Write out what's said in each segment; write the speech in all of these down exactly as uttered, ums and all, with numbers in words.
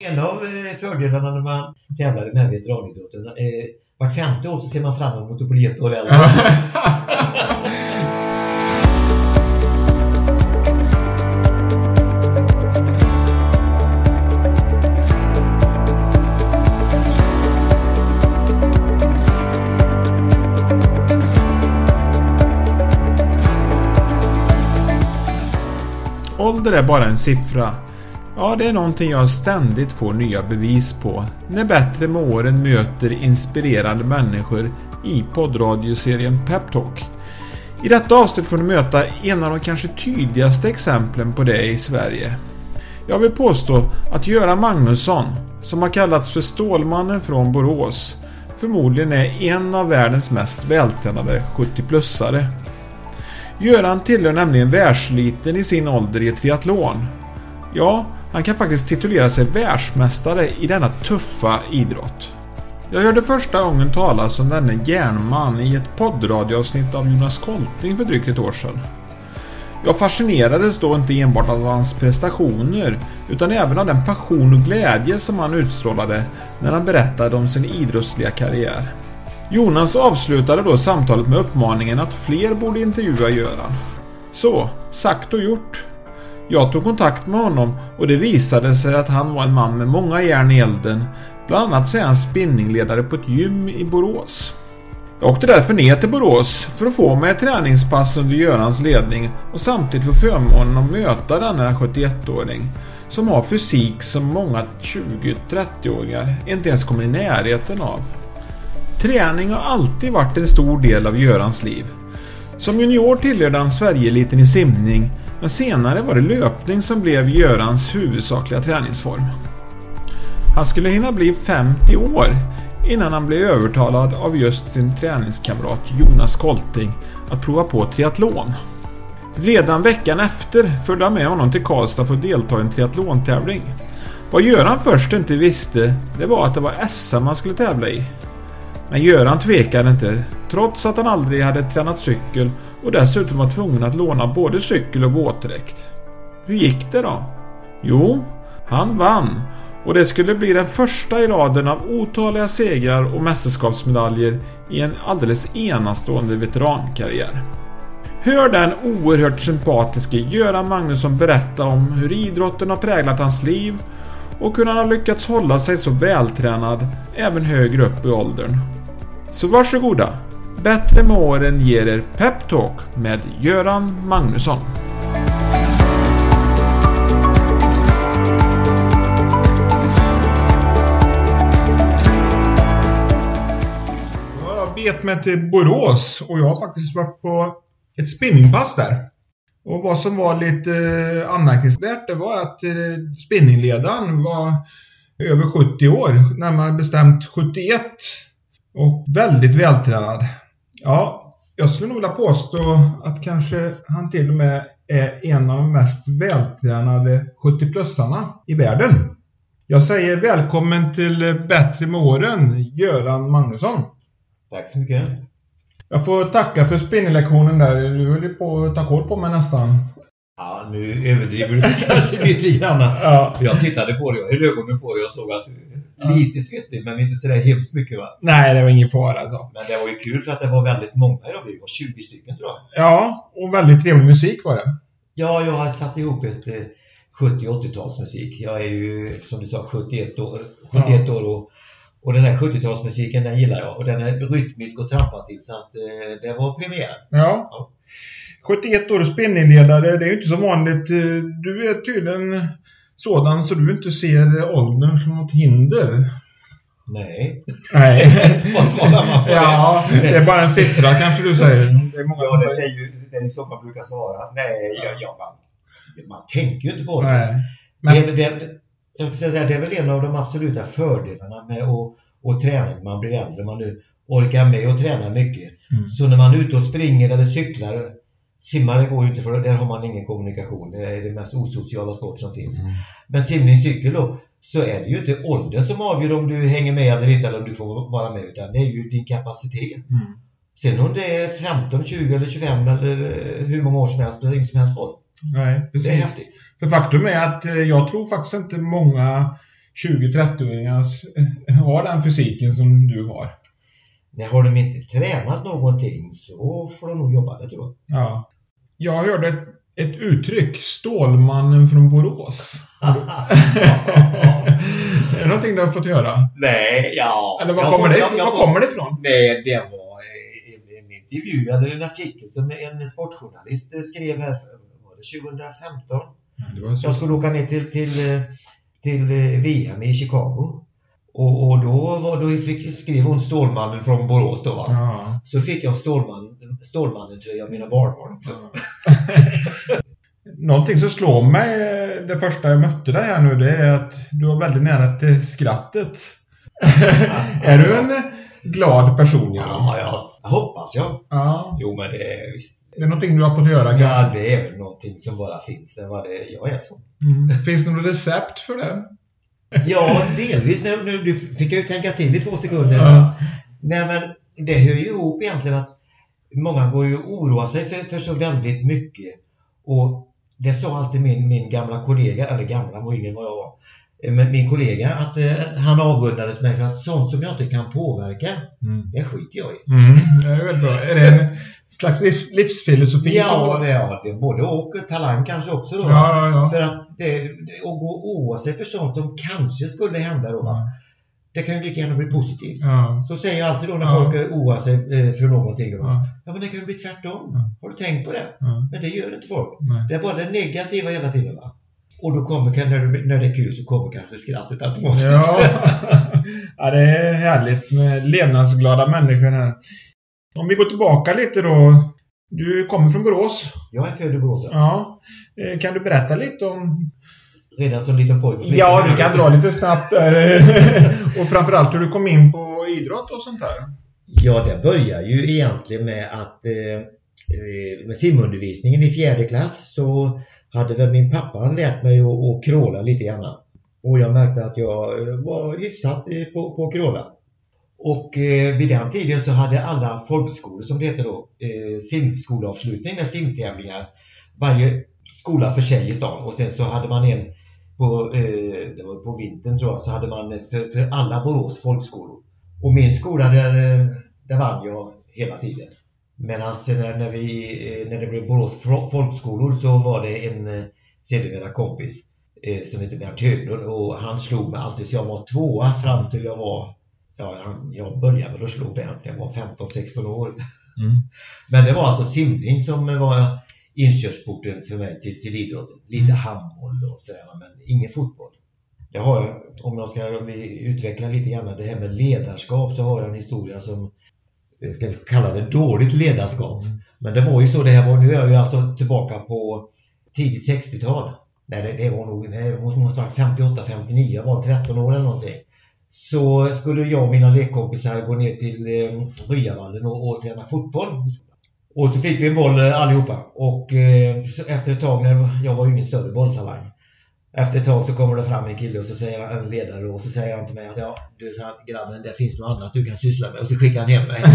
En av fördelarna när man tävlar med veteranidrotten är vart femte år så ser man fram emot att bli ett år äldre. Ålder är bara en siffra. Ja, det är någonting jag ständigt får nya bevis på när Bättre med åren möter inspirerande människor i poddradioserien Pep Talk. I detta avsnitt får ni möta en av de kanske tydligaste exemplen på det i Sverige. Jag vill påstå att Göran Magnusson, som har kallats för Stålmannen från Borås, förmodligen är en av världens mest vältränade sjuttio-plussare. Göran tillhör nämligen världsliten i sin ålder i triathlon. Ja, han kan faktiskt titulera sig världsmästare i denna tuffa idrott. Jag hörde första gången talas om denne järnman i ett poddradioavsnitt av Jonas Kolting för drygt ett år sedan. Jag fascinerades då inte enbart av hans prestationer utan även av den passion och glädje som han utstrålade när han berättade om sin idrottsliga karriär. Jonas avslutade då samtalet med uppmaningen att fler borde intervjua Göran. Så, sagt och gjort. Jag tog kontakt med honom och det visade sig att han var en man med många järn i elden. Bland annat så är han spinningledare på ett gym i Borås. Jag åkte därför ner till Borås för att få mig ett träningspass under Görans ledning och samtidigt få förmånen att möta denna sjuttioett-åring som har fysik som många tjugo-trettio-åringar inte ens kommer i närheten av. Träning har alltid varit en stor del av Görans liv. Som junior tillhörde han Sverigeeliten i simning, men senare var det löpning som blev Görans huvudsakliga träningsform. Han skulle hinna bli femtio år innan han blev övertalad av just sin träningskamrat Jonas Kolting att prova på triathlon. Redan veckan efter följde han med honom till Karlstad för att delta i en triathlontävling. Vad Göran först inte visste, det var att det var S M man skulle tävla i. Men Göran tvekade inte, trots att han aldrig hade tränat cykel och dessutom var tvungen att låna både cykel och våtdräkt. Hur gick det då? Jo, han vann och det skulle bli den första i raden av otaliga segrar och mästerskapsmedaljer i en alldeles enastående veterankarriär. Hör den oerhört sympatiske Göran Magnusson berätta om hur idrotten har präglat hans liv och hur han har lyckats hålla sig så vältränad även högre upp i åldern. Så varsågoda, Bättre med åren ger er Pep Talk med Göran Magnusson. Jag har bet mig till Borås och jag har faktiskt varit på ett spinningpass där. Och vad som var lite anmärkningsvärt det var att spinningledaren var över sjuttio år, närmare bestämt sjuttioett och väldigt vältränad. Ja, jag skulle nog vilja påstå att kanske han till och med är en av de mest vältränade sjuttio-plussarna i världen. Jag säger välkommen till Bättre med åren, Göran Magnusson. Tack så mycket. Jag får tacka för spinninglektionen där. Du höll ju på att ta kort på mig nästan. Ja, nu överdriver du kanske lite grann. Ja. Jag tittade på dig, jag höll ögonen på dig och såg att du är lite svettig, men inte sådär hemskt mycket va? Nej, det var ingen fara alltså. Men det var ju kul för att det var väldigt många idag, vi var tjugo stycken tror jag. Ja, och väldigt trevlig musik var det. Ja, jag har satt ihop ett eh, sjuttio-åttio-talsmusik. Jag är ju, som du sa, sjuttioett år, sjuttioett ja. år och Och den här sjuttio-talsmusiken den gillar jag. Och den är rytmisk och trampad till så att eh, det var premiär. Ja. ja. sjuttioett år spinningledare, det är ju inte så vanligt. Du är tydligen sådan så du inte ser åldern som något hinder. Nej. Nej. Vad svarar man på det? Ja, det är bara en siffra kanske du säger. Det är många ja, det säger ju det är så man brukar svara. Nej, ja, ja, man, man tänker ju inte på det. Nej. Men det, det, jag ska säga, det är väl en av de absoluta fördelarna med att, att träna när man blir äldre. Man nu orkar med att träna mycket. Mm. Så när man är ute och springer eller cyklar, simmare går ju inte för där har man ingen kommunikation. Det är det mest osociala sport som finns. Mm. Men simning, cykel då, så är det ju inte åldern som avgör om du hänger med eller inte eller om du får vara med, utan det är ju din kapacitet. Mm. Sen om det är femton, tjugo eller tjugofem eller hur många år som helst, det är inget som helst roll. Nej, precis. Det är häftigt. För faktum är att jag tror faktiskt inte många tjugo-trettio-åringar har den fysiken som du har. När har de inte tränat någonting så får de nog jobba det, tror jag. Ja. Jag hörde ett, ett uttryck, Stålmannen från Borås. Är det någonting du har fått höra? Nej, ja. Eller vad kommer, får, det, jag, jag vad kommer det ifrån? Nej, det var en, en intervju eller en artikel som en sportjournalist skrev här för var det tjugohundrafemton. Ja, det var så... Jag skulle åka ner till, till, till V M i Chicago. Och, och då, var, då fick, skrev hon Stålmannen från Borås då, va? Ja. Så fick jag Stålman, Stålmannen tror jag, mina barnbarn också. Ja. Någonting som slår mig det första jag mötte dig här nu, det är att du var väldigt nära till skrattet. Är du en glad person? Ja, ja, jag hoppas jag. Ja. Jo, men det är visst. Det är någonting du har fått göra? Ja, kanske? Det är väl någonting som bara finns. Det var det jag är så. Mm. Finns det något recept för det? Ja, delvis. Nu, nu du fick jag ju tänka till i två sekunder. Ja. Nej, men det hör ju ihop egentligen att många går ju oroa sig för, för så väldigt mycket. Och det sa alltid min, min gamla kollega, eller gamla var ingen vad jag var, men min kollega, att eh, han avundades mig för att sånt som jag inte kan påverka, mm. det skiter jag i. Mm, det är väldigt bra. Är det en slags livs, livsfilosofi? Ja, som... ja, det är både och talang kanske också då. Ja, ja, ja. För att det, det, att gå oroa sig för sånt som kanske skulle hända då, va? Det kan ju lika gärna bli positivt. Ja. Så säger jag alltid då när ja. folk oroar sig för någonting då. Ja. ja, men det kan ju bli tvärtom. Ja. Har du tänkt på det? Ja. Men det gör inte folk. Nej. Det är bara det negativa hela tiden, va? Och då kommer, när det, när det är kul så kommer kanske skrattet automatiskt. Ja. Ja, det är härligt med levnadsglada människor här. Om vi går tillbaka lite då. Du kommer från Borås. Jag är född i Borås. Ja. Kan du berätta lite om... Redan som liten pojke. Ja, du kan dra lite snabbt. Och framförallt hur du kom in på idrott och sånt där. Ja, det börjar ju egentligen med att eh, med simundervisningen i fjärde klass så hade väl min pappa lärt mig att, att kråla lite grann. Och jag märkte att jag var hyfsat på, på kråla. Och eh, vid den tiden så hade alla folkskolor, som det heter då, eh, simskolavslutning med simtävlingar. Varje skola för sig i stan. Och sen så hade man en på, eh, det var på vintern tror jag, så hade man för, för alla Borås folkskolor. Och min skola där, där vann jag hela tiden. Men alltså när, när, vi, när det blev Borås folkskolor så var det en sedermera kompis eh, som heter Bernt Höglund. Och han slog mig alltid, så jag var tvåa fram till jag var, ja han, jag började väl att slå Bernt när jag var femton sexton år. Mm. Men det var alltså simning som var inkörsporten för mig till, till idrotten. Lite mm. handboll och sådär, men ingen fotboll. Det har jag, om jag ska om vi utveckla lite grann det här med ledarskap, så har jag en historia som, jag ska kalla det dåligt ledarskap. Mm. Men det var ju så det här var, nu är jag ju alltså tillbaka på tidigt sextiotal. Nej, det, det var nog, det måste ha varit femtioåtta femtionio, jag var tretton år eller någonting. Så skulle jag och mina lekkompisar gå ner till eh, Ryavallen och, och träna fotboll. Och så fick vi en boll allihopa. Och eh, efter ett tag, när jag var ju ingen större bolltalang. Efter ett tag så kommer det fram en kille och så säger han, en ledare, och så säger han till mig att ja, du sa grabben, det finns något annat du kan syssla med. Och så skickar han hem mig.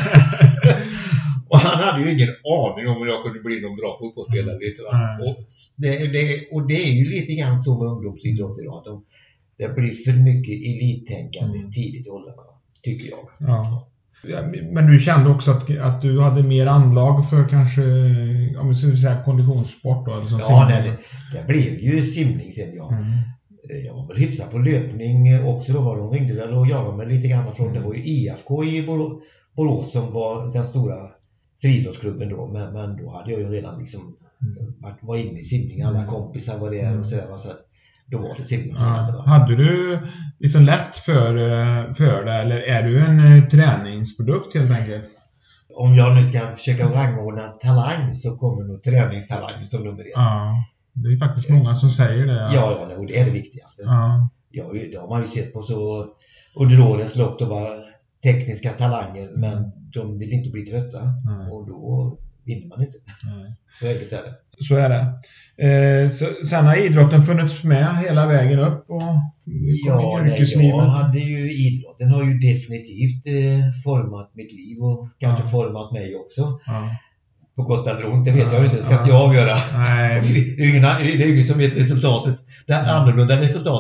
Och han hade ju ingen aning om hur jag kunde bli någon bra fotbollsspelare. Vet du, va? Mm. Och, det, det, och det är ju lite grann så med ungdomsidrott idag. Att de, det blir för mycket elittänkande mm. tidigt i åldrarna, tycker jag. Ja. Ja, men du kände också att, att du hade mer anlag för kanske, om vi skulle säga, konditionssport då? Eller som ja, det, det blev ju simning sen, ja. Mm. Jag var väl hyfsad på löpning också då, var de ringde väl och jagade mig lite grann från, det var ju I F K i Borås som var den stora friidrottsklubben då, men, men då hade jag ju redan liksom varit, var inne i simning, alla kompisar var det och sådär, så att då var det simning. Ja. Hade du liksom lätt för, för det, eller är du en träningsprodukt helt enkelt? Om jag nu ska försöka rangordna talang så kommer nog träningstalang som nummer ett. Ja, det är faktiskt många som säger det. Ja, ja, ja, det är det viktigaste. Ja. Ja, det har man ju sett på så under årens lopp, då var tekniska talanger, men de vill inte bli trötta. Nej. Och då vinner man inte. Nej. Så enkelt är det. Så är det. Eh, så, sen har idrotten funnits med hela vägen upp och ja, nej, jag hade ju idrotten har ju definitivt eh, format mitt liv och kanske ja. format mig också. Ja. På gott eller ont, det vet ja. jag inte, det ska ja. inte jag avgöra. Nej. Det är ju ingen, det är ingen som vet resultatet. Det är ja. annorlunda resultatet.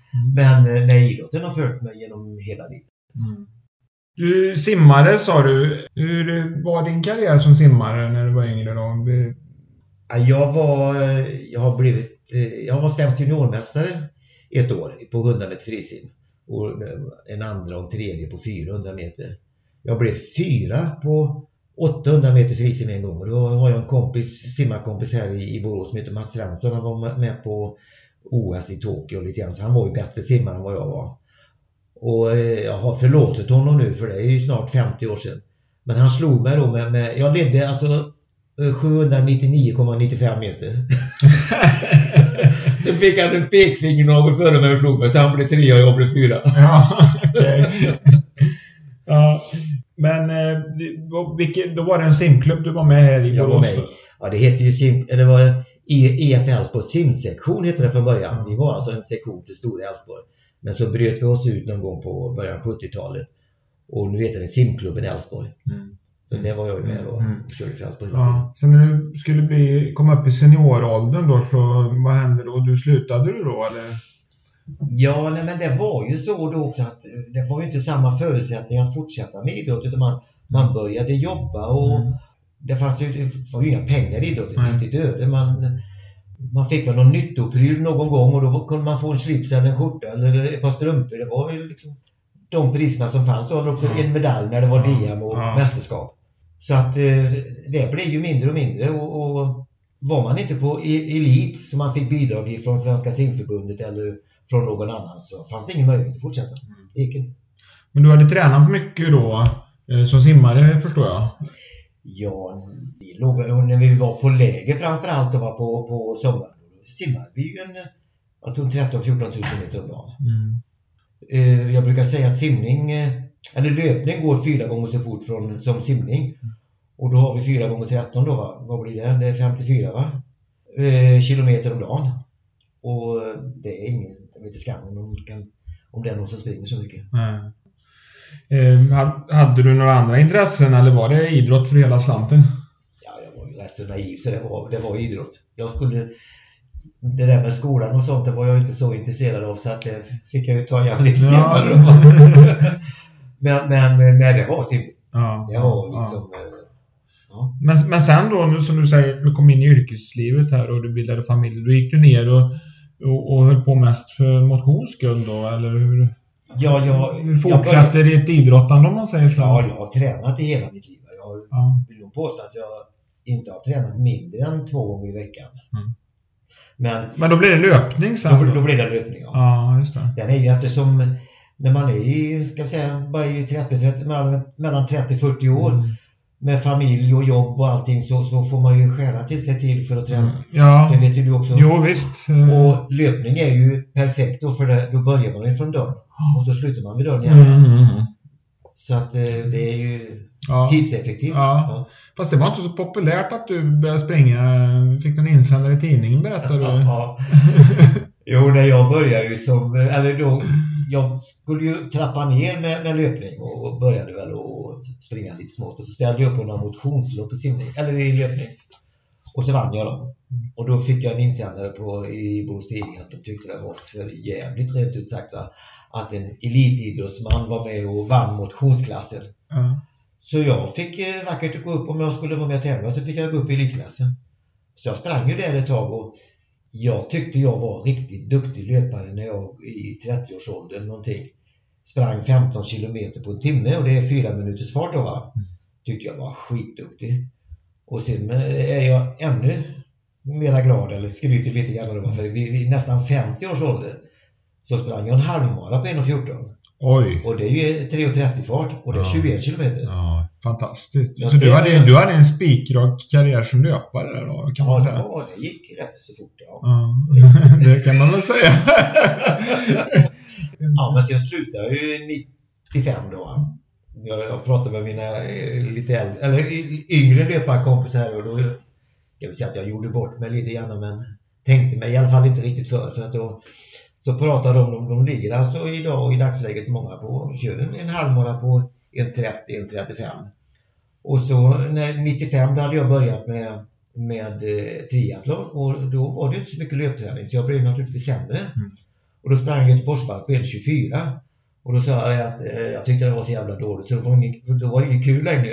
Men eh, nej, idrotten har följt mig genom hela livet. Mm. Du simmade, sa du. Hur var din karriär som simmare när du var yngre då? Jag var, jag har blivit, jag var sämst juniormästare ett år på hundra meter frisim. Och en andra och en tredje på fyrahundra meter. Jag blev fyra på åttahundra meter frisim en gång. Och då har jag en kompis, simmarkompis här i Borås som heter Mats Svensson. Han var med på O S i Tokyo lite grann. Så han var ju bättre simmare än vad jag var. Och jag har förlåtit honom nu, för det är ju snart femtio år sedan. Men han slog mig då med, med jag ledde alltså sjuhundranittionio komma nittiofem meter. Så fick han en pekfinger någon före mig och slog mig, så han blev tre och jag blev fyra. Ja, okej. Okay. Ja, men vilket, då var det en simklubb du var med här i? Jag var med. Ja, det heter ju sim, det var E F Älvsborg simsektion heter det från början. Det var alltså en sektion till Stora Älvsborg. Men så bröt vi oss ut någon gång på början sjuttiotalet. Och nu heter det simklubben Älvsborg. Mm. Så det var jag med då. Mm. Körde för Älvsborg. Ja. Sen när du skulle bli, komma upp i senioråldern då, så vad hände då? Du slutade du då eller? Ja, nej, men det var ju så då också att det var ju inte samma förutsättningar att fortsätta med idrott, utan man, man började jobba och mm. det fanns ju, det var ju inga pengar i idrotten, mm. inte döde. Man, man fick väl någon nyttopryl någon gång och då kunde man få en slips eller en skjorta eller ett par strumpor. Det var ju liksom de priserna som fanns. Och också mm. en medalj när det var D M och mm. mästerskap. Så att det blev ju mindre och mindre och, och var man inte på elit så man fick bidrag från Svenska simförbundet eller från någon annan, så fanns det ingen möjlighet att fortsätta. Det gick inte. Men du hade tränat mycket då som simmare, förstår jag? Ja, vi låg, när vi var på läger framförallt och var på, på sommaren, simmade vi ju en, jag tror tretton till fjorton tusen meter om dagen. Mm. Jag brukar säga att simning, eller löpning går fyra gånger så fort från, som simning. Mm. Och då har vi fyra gånger tretton då, va? Vad blir det? Det är femtiofyra, va? Eh, kilometer om dagen. Och det är ingen, jag vet inte skam om, de kan, om det är någon som springer så mycket. Mm. Eh, hade du några andra intressen eller var det idrott för hela slanten? Ja, jag var ju rätt så naiv, så det var, det var idrott. Jag skulle, det där med skolan och sånt, det var jag inte så intresserad av, så att det fick jag ju ta igen lite senare. Ja. men, men när det var simning, ja, det var liksom... Ja. Ja. Men, men sen då, som du säger, du kom in i yrkeslivet här och du bildade familj, då gick du ner och, och, och höll på mest för motionsskull då, eller hur? Ja, jag, hur fortsätter började... ditt idrottande om man säger så? Ja, jag har tränat i hela mitt liv. Jag ja. vill nog påstå att jag inte har tränat mindre än två gånger i veckan. Mm. Men, men då blir det löpning sen? Då, då, då blir det löpning, ja. Ja, just det. Den är ju eftersom, när man är i, ska jag säga, bara i trettio, trettio, mellan trettio till fyrtio år, mm. med familj och jobb och allting, så, så får man ju skära till sig till för att träna. Ja. Det vet ju du också. Jo, visst. Och löpning är ju perfekt då, för det, då börjar man ju från dörren och så slutar man vid dörren igen. Mm, mm, mm. Så att det är ju ja. tidseffektivt. Ja. Ja. Fast det var inte så populärt att du började springa. Du fick någon insändare i tidningen, berättade du. Ja. Jo, när jag började ju som, eller då, jag skulle ju trappa ner med, med löpning och började väl att springa lite smått. Och så ställde jag upp på några motionslopp i simning, eller i löpning. Och så vann jag dem. Och då fick jag en insändare på, i Borås Tidning att de tyckte det var för jävligt rent ut sagt att en elitidrottsman var med och vann motionsklassen. Mm. Så jag fick vackert gå upp, om jag skulle vara med och tävla så fick jag gå upp i elitklassen. Så jag sprang ju där ett tag och jag tyckte jag var riktigt duktig löpare när jag i trettio-årsåldern någonting sprang femton kilometer på en timme och det är fyra minuters fart då, va? Tyckte jag var skitduktig. Och sen är jag ännu mera glad, eller skryter lite grann då, för vid nästan femtio års ålder så sprang jag en halvmara på en fjorton. Oj. Och det är ju tre trettio fart och det är ja. tjugoen kilometer. Ja, fantastiskt. Jag så du hade, du hade en spikrak karriär som löpare där då, kan man ja, säga? Ja, det gick rätt så fort, ja. ja. Det kan man väl säga. Ja, men sen slutade jag ju nittiofem då. Jag, jag pratade med mina lite äldre, eller yngre löparkompisar och då jag vill säga att jag gjorde bort mig lite grann, men tänkte mig i alla fall inte riktigt för, för att då så pratade de om de ligger alltså idag och i dagsläget många på kör en, en halvmara på en trettio till en trettiofem. Och så när nittiofem då hade jag börjat med med eh, triathlon och då var det inte så mycket löpträning så jag blev naturligtvis sämre. Mm. Och då sprang Göteborgsvarvet på en tjugofyra. Och då sa jag att eh, jag tyckte det var så jävla dåligt så det var inget, det var inget kul längre.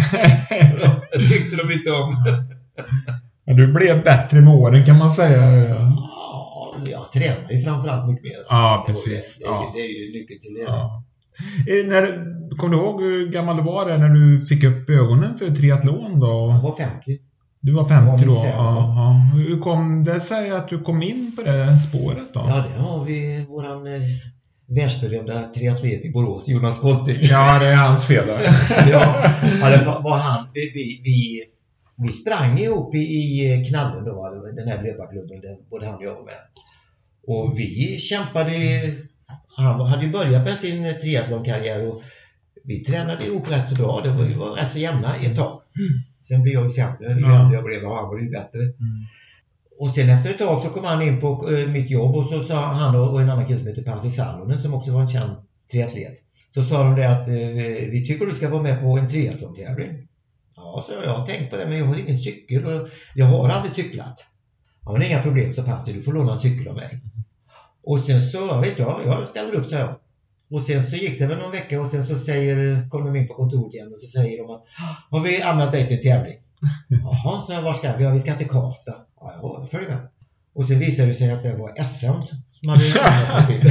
Jag tyckte de inte om. Ja, du blev bättre med åren kan man säga. Ja, jag tränar ju framförallt mycket mer. Ja, precis. Det, det, ja. det är ju nyckeln till det. Ja. När, kom du ihåg hur gammal du var där när du fick upp ögonen för triathlon då? Jag var femtio. Du var femtio då? Ja, ja. Hur kom det sig att du kom in på det spåret då? Ja, det har vi våran eh, världsberömda triatlet i Borås, Jonas Kolsting. Ja, det är hans fel. Ja, det var han. Vi, vi, vi, vi sprang ihop i, i Knallen då, den här löparklubben där både han och jag var med. Och vi kämpade. Han hade ju börjat med sin triathlonkarriär och vi tränade ihop rätt så bra. Det var, vi var rätt så jämna ett tag. Sen blev jag ju sämre. Ju ja. jag blev och han var ju bättre. Mm. Och sen efter ett tag så kom han in på uh, mitt jobb och så sa han och, och en annan kille som heter Pasi Salonen som också var en känd triatlet. Så sa de det att uh, vi tycker du ska vara med på en triathlon-tävling. Ja, så jag har tänkt på det men jag har ingen cykel och jag har aldrig cyklat. Ja, men inga problem så Pasi, du får låna en cykel av mig. Och sen så, ja, vet jag, jag ställer upp så här. Och sen så gick det väl någon vecka och sen så säger, kom de in på kontoret igen och så säger de att har vi anmält dig till tävling? Jaha, så var ska vi? Ja, vi ska till Karlstad. Ja, jag följer med. Och sen visade det sig att det var S M som hade anmält till.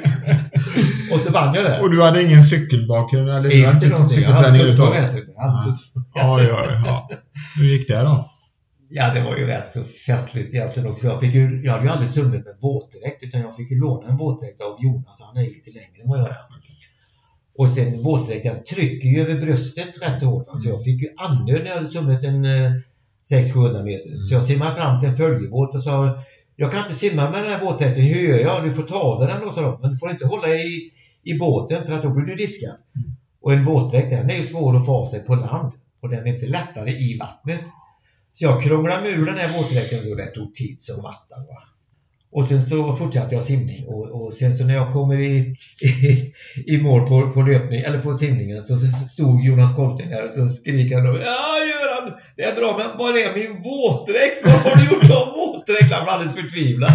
Och så vann jag det. Och du hade ingen cykelbakgrund? Eller inte hade någonting. cykelträning jag hade ja, ja, ja. Hur gick det då? Ja, det var ju rätt så festligt egentligen också. Jag, fick ju, jag hade ju aldrig summit med våtdräkt utan jag fick ju låna en våtdräkt av Jonas. Han är ju lite längre än vad jag är. Och sen våtdräkten trycker ju över bröstet rätt så hårt. Så jag fick ju andnöd när jag hade summit en eh, sex till sjuhundra meter. Mm. Så jag simmade fram till en följebåt och sa jag kan inte simma med den här våtdräkten. Hur gör jag? Du får ta av den då, sa de. Men du får inte hålla i, i båten för att då blir du diskad. Mm. Och en våtdräkt den är ju svår att få av sig på land. Och den är inte lättare i vattnet. Så jag krånglade med ur den här våtdräkten och det tog tid som vatten. Va? Och sen så fortsatte jag simning. Och, och sen så när jag kommer i, i, i mål på, på löpning, eller på simningen så stod Jonas Kolting där och så skriker han då, ja Göran, det är bra men vad är min våtdräkt? Vad har du gjort av våtdräkt? Han var alldeles förtvivlad.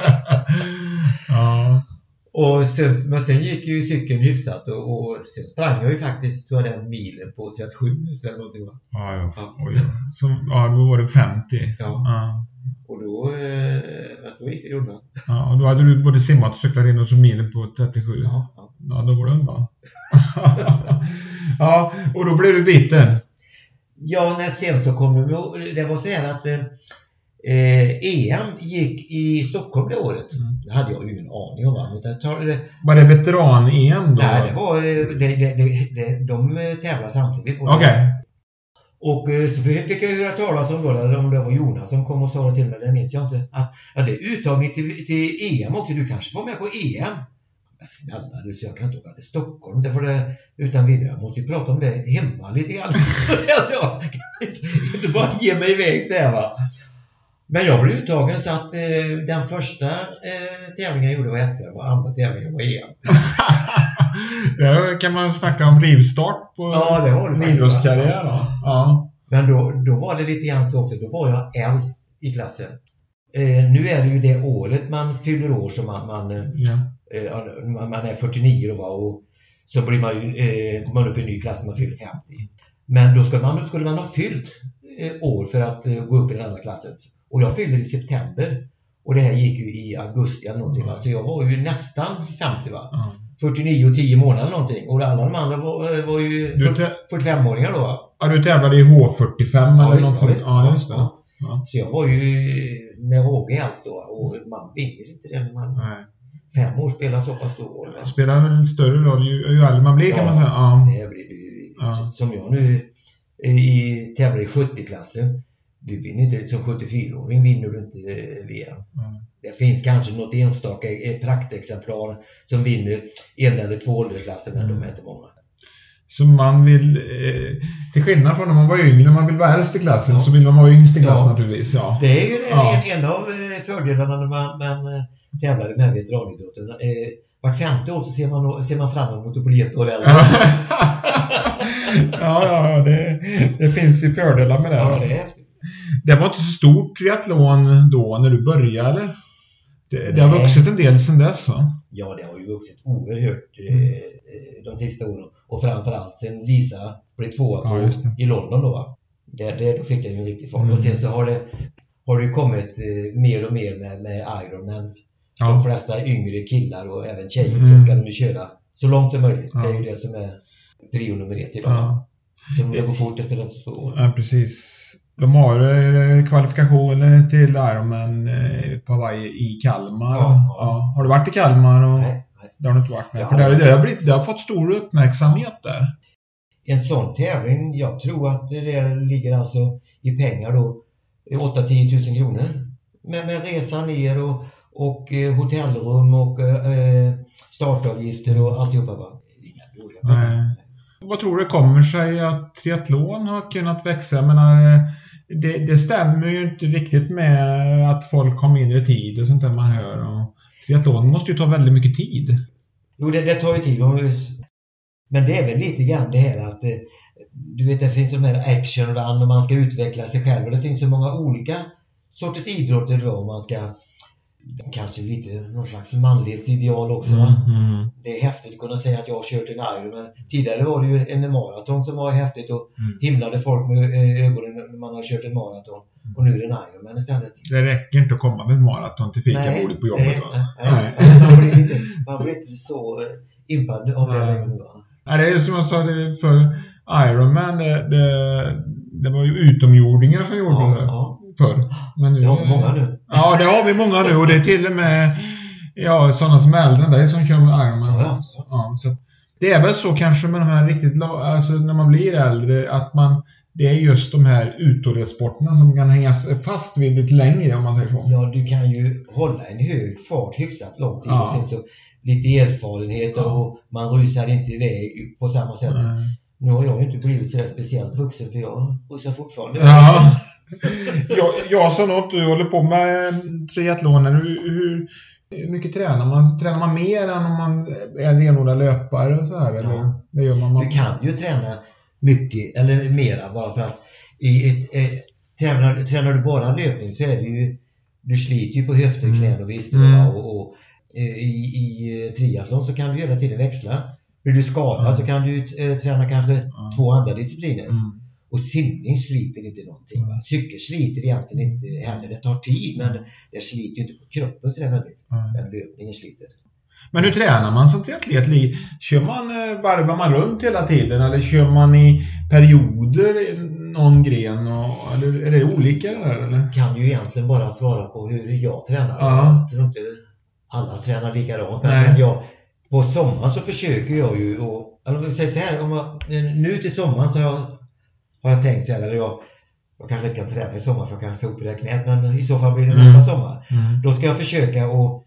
Ja. Och sen, men sen gick ju cykeln hyfsat och, och sen sprang jag ju faktiskt tror jag, den milen på trettiosju minuter eller någonting va? Ja, ja. Ja. Oj, ja. Så, ja, då var det femtio. Ja. Ja. Och då, eh, då gick det undan. Ja, och då hade du både simmat och cyklat in och så milen på trettiosju. Ja, ja. Ja, då var det undan. Ja, och då blev du biten. Ja, när sen så kom det, det var så här att eh, E M gick i Stockholm det året. Mm. Det hade jag ju ingen aning om. Va? Det, det, var det veteran-E M då? Nej, det var, det, det, det, det, de tävlade samtidigt. Okej. Okay. Och så fick jag höra talas om då, eller om det var Jonas som kom och sa det till mig, det minns jag inte. Att ja, det är uttagning till, till E M också, du kanske var med på E M. Men snälla du, så jag kan inte åka till Stockholm, det får det utan vidare. Jag måste ju prata om det hemma lite grann. Alltså, jag kan inte, inte bara ge mig iväg så här va. Men jag blev uttagen så att eh, den första eh, tävlingen jag gjorde var S M och andra tävlingen var E M. Där kan man snacka om rivstart på ja, det var det idrottskarriär då. Ja. Men då, då var det lite grann så också. Då var jag äldst i klassen. Eh, nu är det ju det året man fyller år som man, man, ja. eh, man, man är fyrtionio då, och så blir man ju eh, man upp i en ny klass när man fyller femtio. Men då skulle man, skulle man ha fyllt eh, år för att eh, gå upp i den andra klassen. Och jag fyllde i september. Och det här gick ju i augusti eller någonting. Mm. Så jag var ju nästan femtio va. Mm. fyrtionio och tio månader eller någonting. Och alla de andra var, var ju fyrtiofem-åringar då va. Ja, du tävlade i H fyrtiofem ja, eller något sånt. Ja, just det. Ja. Ja. Så jag var ju med råge alls då. Och man vinner inte det när man Nej. fem år spelar så pass stor roll. Det spelar en större roll ju, ju äldre man blir ja, kan man säga. Ja, det blir det ja. Som jag nu i, tävlar i sjuttio-klassen. Du vinner inte som sjuttiofyra-åring, vinner du inte V M. Mm. Det finns kanske något enstaka praktexemplar som vinner en eller två åldersklasser, men mm. de är inte många. Så man vill, eh, till skillnad från när man var yngre, när man vill vara äldst i klassen, ja. Så vill man vara yngst i klassen ja. Naturligtvis. Ja. Det är ju det, ja. en, en av fördelarna när man, man tävlar med veteranidrotten. Eh, vart femte år så ser man, ser man fram emot att bli ett år äldre. ja, ja det, det finns ju fördelar med det. Ja, det är. Det var inte så stort triathlon då när du började Det, det har vuxit en del sedan dess, va? Ja, det har ju vuxit oerhört eh, de sista åren. Och framförallt sen Lisa blev tvåa på, ja, i London då, va? Där, där då fick den ju en riktig fart. Mm. Och sen så har det, har det kommit eh, mer och mer med, med Ironman. Ja. De flesta yngre killar och även tjejer, mm. så ska de ju köra så långt som möjligt. Ja. Det är ju det som är prio nummer ett idag. Ja. Så det går fort, det spelar inte så stor. Ja, precis. De har kvalifikationer till Ironman på Hawaii i Kalmar. Ja, ja. Har du varit i Kalmar? Och... Nej, nej. Det har du inte varit med. Ja, För det, det, har blivit, det har fått stor uppmärksamhet där. En sån tävling, jag tror att det ligger alltså i pengar då åtta till tio tusen kronor. Med, med resan ner och, och eh, hotellrum och eh, startavgifter och alltihopa, va? Inga dåliga pengar. Vad tror du kommer sig att triathlon har kunnat växa? Jag menar, det, det stämmer ju inte riktigt med att folk har mindre tid och sånt där man hör. Och triathlon måste ju ta väldigt mycket tid. Jo, det, det tar ju tid. Men det är väl lite grann det här att du vet, det finns de här action run och man ska utveckla sig själv. Och det finns så många olika sorters idrotter då, om man ska kanske lite någon slags manlighetsideal också, va? Mm, mm. Det är häftigt att kunna säga att jag har kört en Iron, men tidigare var det ju en maraton som var häftigt och mm. himlade folk med ögonen när man har kört en maraton. Mm. Och nu är det en Iron, men istället. Det räcker inte att komma med en maraton till fikabordet på jobbet, va? Nej, nej, nej. Man, blir inte, man blir inte så impad av det längre nu, va? Nej, det är som jag sa det för Ironman, det, det, det var ju utomjordingar som gjorde ja, det. Ja. Förr. Men nu, det har vi många nu. Ja, det har vi många nu och det är till och med ja, sådana som äldre där som kör med Ironman. Ja, ja. Ja, så det är väl så kanske med de här riktigt, alltså när man blir äldre, att man, det är just de här uthållighetssporterna som kan hänga fast vid lite längre, om man säger så. Ja, du kan ju hålla en hög fart hyfsat lång tid, ja. Och sen så lite erfarenhet, ja. Och man rusar inte iväg på samma sätt. Nej. Nu har jag ju inte blivit så speciellt vuxen, för jag rusar fortfarande. Ja. jag, jag sa något, du håller på med triathlonen. Hur, hur, hur mycket tränar man? Tränar man mer än om man är renodlad löpare och så här? Eller? Ja. Det gör man, man... Du kan ju träna mycket eller mera, bara för att i ett, ett, tränar, tränar du bara löpning så är det ju, du sliter ju på höfter, mm. knän och visst. Mm. Och, och i, i triathlon så kan du hela tiden växla. Blir du skadad mm. så kan du eh, träna kanske mm. två andra discipliner. Mm. Och simning sliter inte någonting. Mm. Cykel sliter egentligen inte heller. Det tar tid, men det sliter ju inte på kroppen så det är väldigt. Mm. Men löpningen sliter. Men hur tränar man som triatlet? Kör man, varvar man runt hela tiden? Eller kör man i perioder någon gren? Och, eller är det olika? Eller? Kan ju egentligen bara svara på hur jag tränar. Ja. Jag tror inte alla tränar likadant. Men jag, på sommaren så försöker jag ju. Och, eller säg så här, om jag, nu till sommaren så har jag, har jag tänkt så här, eller jag, jag kanske inte kan träna i sommar för jag kanske ska upp i det knät, men i så fall blir det nästa mm. sommar. Mm. Då ska jag försöka att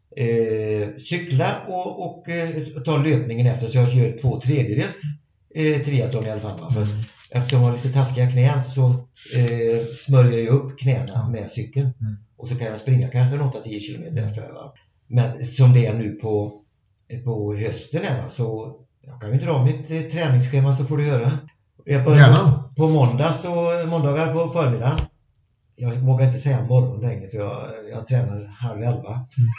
eh, cykla och, och eh, ta löpningen efter, så jag gör två tredjedels eh, triathlon i alla fall. Mm. För eftersom jag har lite taskiga knän så eh, smörjer jag upp knäna mm. med cykeln. Mm. Och så kan jag springa kanske åtta till tio kilometer efter det. Va? Men som det är nu på, på hösten här, va? Så jag kan ju dra mitt eh, träningsschema, så får du höra. Jag börjar på, på måndag, så måndagar på förmiddagen. Jag vågar inte säga morgon längre, för jag, jag tränar halv elva.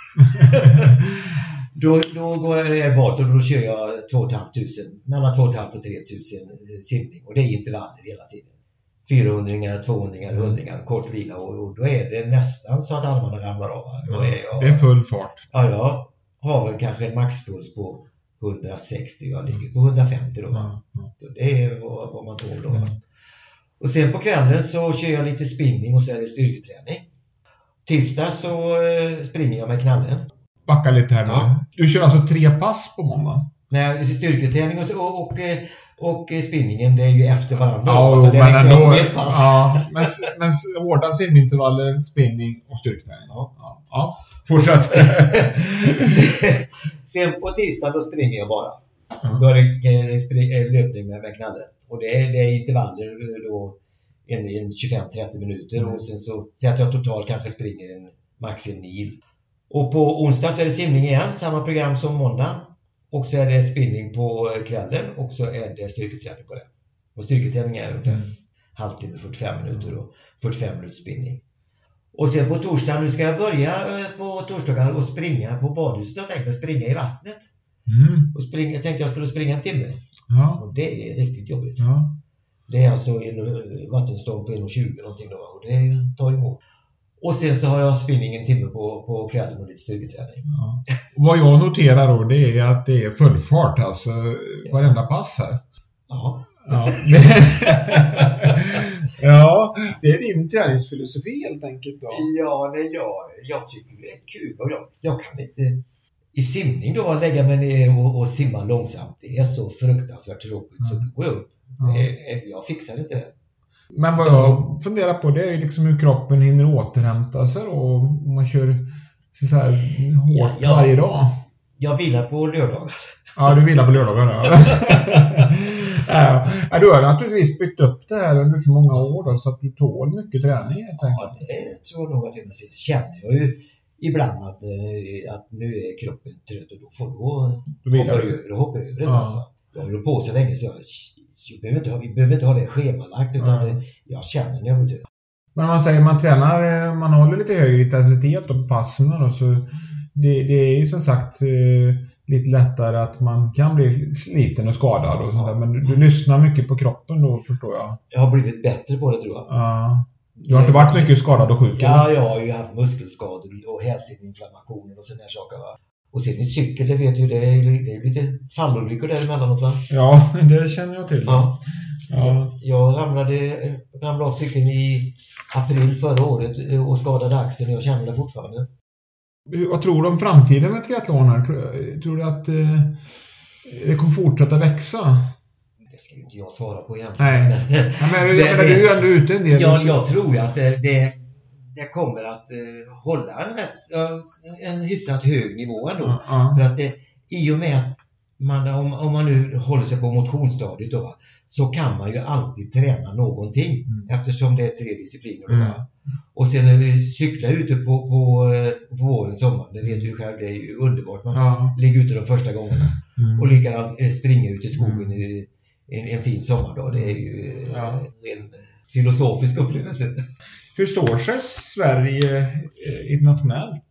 Mm. då, då går jag bort och då kör jag två och ett halvt tusen, mellan två och ett halvt och tre tusen simning. Och det är intervaller hela tiden. fyrahundringar, tvåhundringar, hundringar, kort vila. Och, och då är det nästan så att armarna ramlar av. Då är jag, det är full fart. Ja, jag har väl kanske en maxpuls på hundrasextio, jag ligger på hundrafemtio då. Mm. Det är vad, vad man tål då. Mm. Och sen på kvällen så kör jag lite spinning och så är det styrketräning. Tisdag så eh, springer jag med knallen. Backa lite här nu. Ja. Du kör alltså tre pass på måndag? Nej, styrketräning och, och, och, och spinningen, det är ju efter varandra. Ja, alltså, det men ändå, ja, men, men hårda simintervaller, spinning och styrketräning. Ja. Ja. Ja. Fortsätt. Sen på tisdag då springer jag bara. Mm. Börjar löpning med, med knallen. Och det är, det är intervaller då en, en tjugofem till trettio minuter. Mm. Och sen så säger att jag totalt kanske springer en max en mil. Och på onsdag så är det simning igen, samma program som måndag. Och så är det spinning på kvällen och så är det styrketräning på det. Och styrketräning är ungefär mm. halvtimme, fyrtiofem minuter och fyrtiofem minuter spinning. Och sen på torsdag, nu ska jag börja på torsdagar och springa på badhuset. Jag tänkte springa i vattnet. Mm. Och springa, jag tänkte jag skulle springa en timme. Ja. Och det är riktigt jobbigt. Ja. Det är alltså en vattenstånd på en komma tjugo någonting då. Och det tar emot. Och sen så har jag spinning en timme på, på kvällen och lite styrketräning. Ja. Vad jag noterar då, det är att det är full fart alltså varenda pass här. Ja. Ja. Ja, det är din träningsfilosofi helt enkelt då. Ja, det är jag. Jag tycker det är kul. Och jag, jag kan inte i simning då lägga mig ner och, och simma långsamt. Det är så fruktansvärt tråkigt. Mm. Så då går jag upp. Ja. Det, jag fixar inte det. Men vad jag funderar på, det är liksom hur kroppen hinner återhämta sig då. Om man kör så här hårt ja, ja. varje dag. Jag vilar på lördagar. Ja, du vilar på lördagar. Ja. Ja, du har naturligtvis byggt upp det här under så många år då, så att du tål mycket träning helt enkelt. Ja, det tror jag nog att jag precis känner jag ju ibland att, att nu är kroppen trött och då får då hoppa över och hoppa över det. Ja. Alltså. Jag håller på så länge så jag, jag behöver inte ha, vi behöver inte ha det schemalagt utan ja. det, jag känner när jag blir trött. Men man säger man tränar, man håller lite högre intensitet på passen då, så det, det är ju som sagt lite lättare att man kan bli sliten och skadad och sånt där. Men du, du lyssnar mycket på kroppen då, förstår jag. Jag har blivit bättre på det, tror jag. Ja. Du har inte varit mycket skadad och sjuk? Ja, jag har ju haft muskelskador och hälseninflammationer och sådana här saker, va. Och sen i cykel, det vet ju, det är, det är lite fallolyckor där emellanåt, va? Ja, det känner jag till. Ja. Ja. Jag ramlade, ramlade av cykeln i april förra året och skadade axeln och jag känner det fortfarande. Vad tror du om framtiden med triathlon här? Tror, tror du att eh, det kommer fortsätta växa? Det ska ju inte jag svara på egentligen. Nej, men, ja, men det, det, du är ju ändå ute en del. Ja, jag tror ju att det, det, det kommer att eh, hålla en, en hyfsat hög nivå ändå. Ja, ja. För att det, i och med att man, om, om man nu håller sig på motionsstadiet då, va, så kan man ju alltid träna någonting mm. eftersom det är tre discipliner. Då, va. Och sen när vi cyklar ute på, på, på våren, sommaren, det vet du själv, det är ju underbart. Man får ja. ligga ute de första gångerna. Mm. Och likadant springa ut i skogen mm. i en, en fin sommardag. Det är ju ja. en filosofisk upplevelse. Hur står sig Sverige internationellt?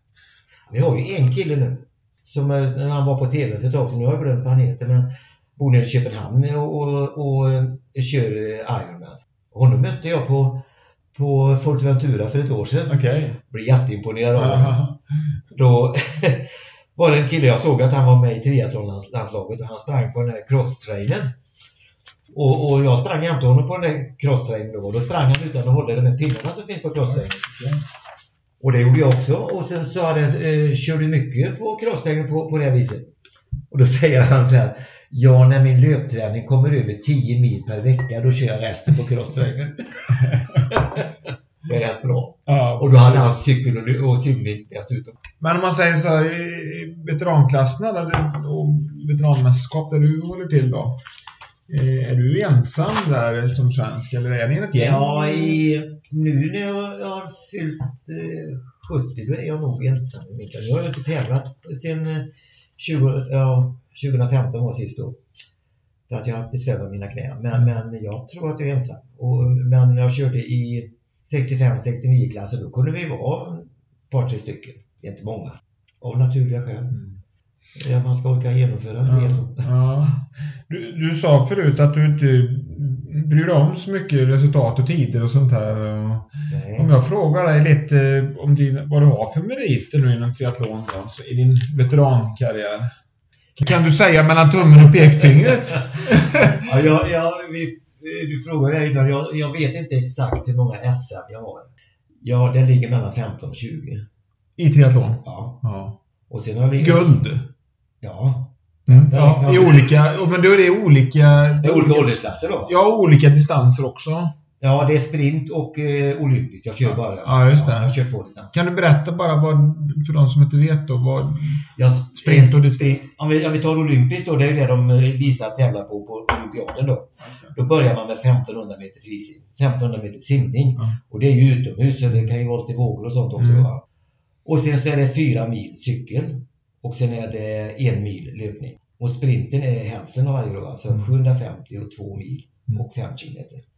Vi har ju en kille nu som när han var på tv för ett tag sedan, jag har glömt vad han heter, men bor nere i Köpenhamn och, och, och, och kör Ironman. Honom mötte jag på på Forteventura för ett år sedan. Okay. Blev jätteimponerad av honom. Då var det en kille, jag såg att han var med i triathlonlandslaget och han sprang på den här crosstrainen. Och, och jag sprang jämte honom på den där crosstrainen då. Och då sprang han utan att hålla de här pinnarna som finns på crosstrainen. Okay. Och det gjorde jag också. Och sen så hade, eh, körde mycket på crosstrainen på, på det här viset. Och då säger han så här: ja, när min löpträning kommer över tio mil per vecka, då kör jag resten på crosstrainen. Det är rätt bra. Ja, och då hade han cykel och, och simning dessutom. Men om man säger så här, i veteranklasserna där du, och veteranmästerskap där du håller till då, är du ensam där som svensk eller är det ett gäng? Ja, i, nu när jag har fyllt eh, sjuttio, då är jag nog ensam. Jag har inte tävlat sen tjugo, ja, tjugohundrafemton var sist då. För att jag har besvärat mina knän. Men, men jag tror att jag är ensam. Och, men när jag körde i sextiofem sextionio klassen, då kunde vi vara ett par, tre stycken. Det är inte många. Av naturliga skäl. Mm. Ja, man ska orka genomföra en ja, ja. du, du sa förut att du inte bryr dig om så mycket resultat och tider och sånt här. Nej. Om jag frågar dig lite om din, vad du har för meriter nu inom triathlon då, så i din veterankarriär. Kan du säga mellan tummen och pekfingret? Ja, jag, jag, vi, du frågar mig innan, jag, jag vet inte exakt hur många S M jag har. Ja, det ligger mellan femton och tjugo. I triathlon? Ja. Ja. Och sen har vi... Guld? Ja. Mm. Ja, ja, i olika, men då är det olika... Det är olika åldersklasser då? Ja, olika distanser också. Ja, det är sprint och eh, olympiskt. Jag kör bara. Ja, just det. Ja, jag kör två distanser. Kan du berätta bara vad, för de som inte vet då, vad ja, sprint och distans... Om vi, om vi tar olympiskt då, det är det de visar att tävla på på olympiaden då. Då börjar man med femtonhundra meter frisim. femtonhundra meter simning. Mm. Och det är ju utomhus, så det kan ju vara lite vågor och sånt också. Mm. Va? Och sen så är det fyra mil cykel. Och sen är det en mil löpning. Och sprinten är hälften av varje då. Alltså sjuhundrafemtio och två mil och fem kilometer.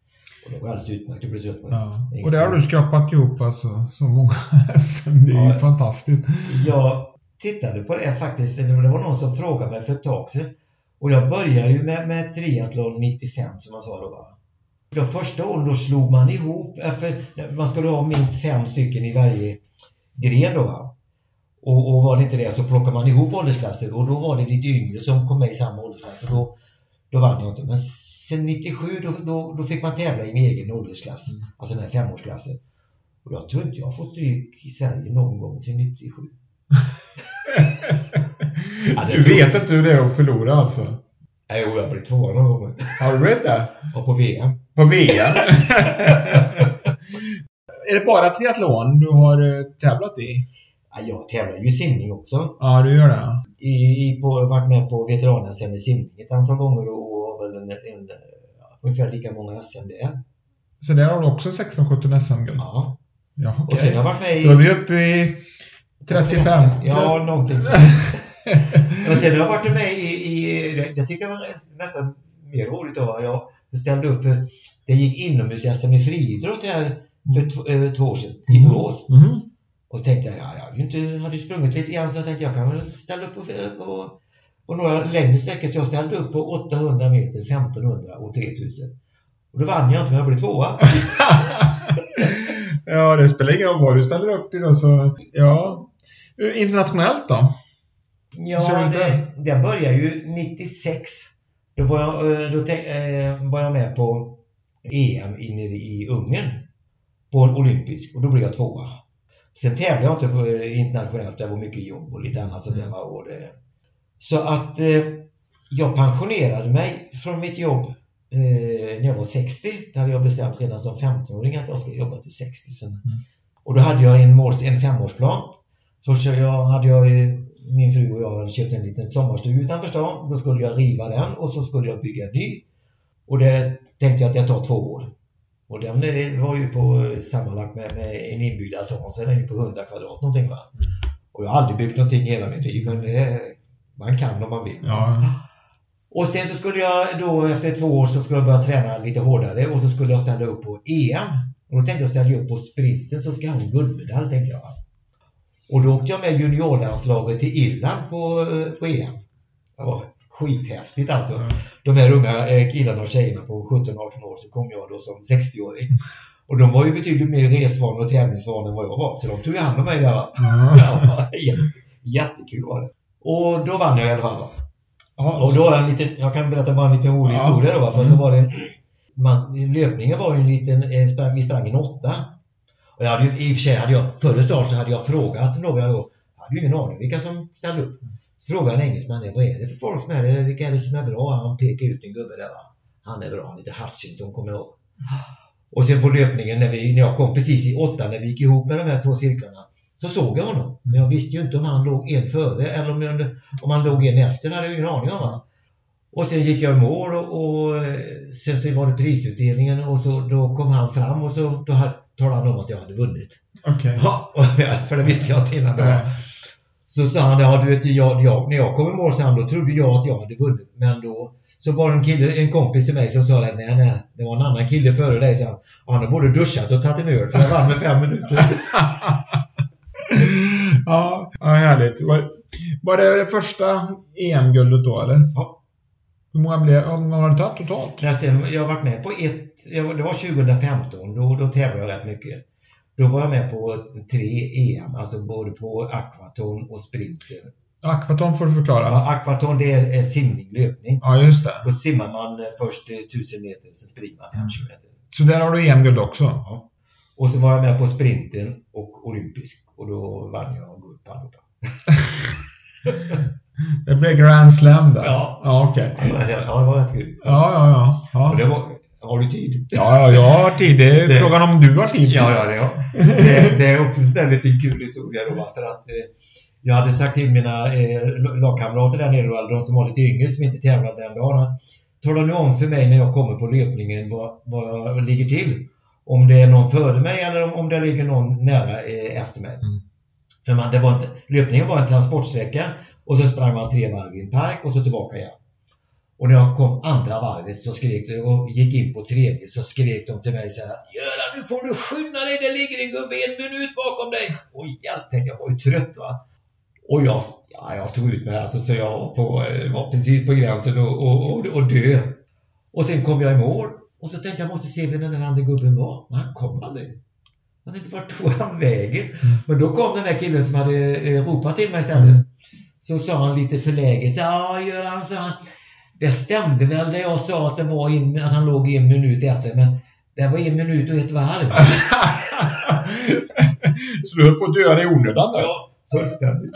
Och det var alldeles utmärkt att bli trött på det. Ja. Och det har du skapat ihop alltså, så många S M. Det är ja, ju fantastiskt. Jag tittade på det faktiskt. Det var någon som frågade mig för ett tag sedan. Och jag började ju med, med triathlon nittiofem som man sa då, va. De första åren då slog man ihop. För man skulle ha minst fem stycken i varje gren då, va. Och, och var det inte det så plockade man ihop åldersklasser. Och då var det lite yngre som kom med i samma åldersklass. Och då, då vann jag inte. Men sen nittiosju då, då, då fick man tävla i en egen åldersklass. Mm. Alltså den här femårsklassen. Och jag tror inte jag har fått stryk i Sverige någon gång sedan nittiosju. Ja, du vet inte hur det är att förlora alltså? Nej, jag har blivit tvåa någon gång. Har du vet det? Och på V M. På V M? Är det bara triathlon du har tävlat i? Ja, jag tävlar ju i simning också. Ja, du gör det. I, i på, varit med på veteranen sen i simning ett antal gånger och, och väl en, en, ungefär lika många S M det. Så där har du också sexton sjutton S M-guld? Ja. Ja, okej. Okay. Och sen har jag varit med i... Då är vi uppe i trettiofem. Ja, någonting så. Och sen har jag varit med i, i jag tycker det var nästan mer roligt då. Jag ställde upp för det gick inomhus-S M i friidrott här för två, äh, två år sedan i Borås. Mm. Mm. Och så tänkte jag, ja, jag hade ju inte, hade sprungit lite grann så jag tänkte jag kan väl ställa upp på, på, på några längre sträckor. Så jag ställde upp på åttahundra meter, femtonhundra och tre tusen. Och då vann jag inte, men jag blev tvåa. Ja, det spelar ingen roll vad du ställer upp i då, så ja. Internationellt då? Ja, det, det började ju nittiosex. Då var jag, då te, eh, var jag med på E M inne i Ungern på en olympisk och då blev jag tvåa. Sen tävlade jag inte på internationellt, det var mycket jobb och lite annat. Så, det var, och det. Så att eh, jag pensionerade mig från mitt jobb eh, när jag var sextio. Det hade jag bestämt redan som femtonåring att jag ska jobba till sextio. Så. Mm. Och då hade jag en, måls, en femårsplan. Först jag, hade jag, min fru och jag hade köpt en liten sommarstuga utanför stan. Då skulle jag riva den och så skulle jag bygga en ny. Och det tänkte jag att det tar två år. Och den var ju på sammanlagt med, med en inbyggd altan, så den är ju på hundra kvadrat någonting, va. Mm. Och jag har aldrig byggt någonting i hela mitt liv, men det, man kan om man vill. Ja. Och sen så skulle jag då efter två år så skulle jag börja träna lite hårdare och så skulle jag ställa upp på E M. Och då tänkte jag ställa upp på sprinten så ska jag ha en guldmedalj, tänkte jag. Och då åkte jag med juniorlandslaget till Irland på, på E M. Det var skithäftigt alltså. Mm. De här unga killarna och tjejerna på sjutton arton år, så kom jag då som sextioåring. Och de var ju betydligt mer resvana och tävlingsvana än vad jag var. Så de tog ju hand om mig där. Mm. Ja, jättekul var det. Och då vann jag i alla fall. Ja, och då är en liten, jag kan berätta bara en liten rolig ja. historia då. För mm. då var det en, man, löpningen var ju en liten, en sprang, vi sprang en åtta. Och jag hade ju, i och för sig hade jag, före start så hade jag frågat några då. Jag hade ju ingen aning vilka som ställde upp. Frågade en engelsman, vad är det för folk som är det? Vilka är det som är bra? Han pekar ut en gubbe där, va? Han är bra, han heter Hutchinson, kommer jag ihåg. Och sen på löpningen, när, vi, när jag kom precis i åtta, när vi gick ihop med de här två cirklarna, så såg jag honom. Men jag visste ju inte om han låg en före eller om, jag, om han låg en efter, det hade jag ingen aning om, va? Och sen gick jag i mål och, och sen så var det prisutdelningen och så, då kom han fram och så då talade han om att jag hade vunnit. Okej. Okay. Ja, för det visste jag inte innan då. Nej. Så sa han, ja du vet, jag, jag, när jag kom i mål sen då trodde jag att jag hade vunnit. Men då så var det en kille, en kompis till mig som sa att nej, nej, det var en annan kille före dig. Så han, han har både duschat och tagit en öl för jag vann med fem minuter. Ja, ja, härligt. Var, var det det första E M-guldet då, eller? Ja. Hur många, blev, hur många har du tagit totalt? Ja, sen, jag har varit med på ett, det var tjugohundrafemton, då, då tävlade jag rätt mycket. Då var jag med på tre E M, alltså både på aquaton och sprinter. Aquaton får du förklara. Ja, aquaton det är, är simning, löpning. Ja, just det. Då simmar man först tusen meter, sen springer man femtio meter. Så där har du E M-guld också? Ja. Och så var jag med på sprinten och olympisk. Och då vann jag guld på allihopa. Det blev Grand Slam där. Ja, ja okej. Okay. Ja, det var rätt kul. Ja, ja, ja. ja. Och det var, har du tid? Ja, ja, jag har tid. Det är det, frågan om du har tid. Ja, ja, det, ja. det, det är också en lite kul historia då. För att eh, jag hade sagt till mina eh, lagkamrater där nere, eller de som var lite yngre som inte tävlade den dagen. Tala nu om för mig när jag kommer på löpningen vad, vad jag ligger till. Om det är någon före mig eller om, om det ligger någon nära eh, efter mig. Mm. För man, det var inte, löpningen var en transportsträcka och så sprang man tre varv i en park och så tillbaka igen. Och när jag kom andra varvet så skrek de, och gick in på tredje så skrek de till mig så här: Göran, nu får du skynda dig, det ligger en gubbe en minut bakom dig. Och jag tänkte, jag var ju trött va. Och jag, ja, jag tog ut mig alltså, så jag var, på, var precis på gränsen och, och, och, och dö. Och sen kom jag i mål och så tänkte jag, måste se vem den andra gubben var. Men han kom aldrig. Jag tänkte, vart tog han vägen? Mm. Men då kom den där killen som hade eh, ropat till mig istället. Mm. Så sa han lite förläget, ja Göran, sa han, det stämde väl det jag sa att, det var in, att han låg en minut efter, men det var en minut och ett varv. Så du höll på att dö i onödan där? Ja, fullständigt.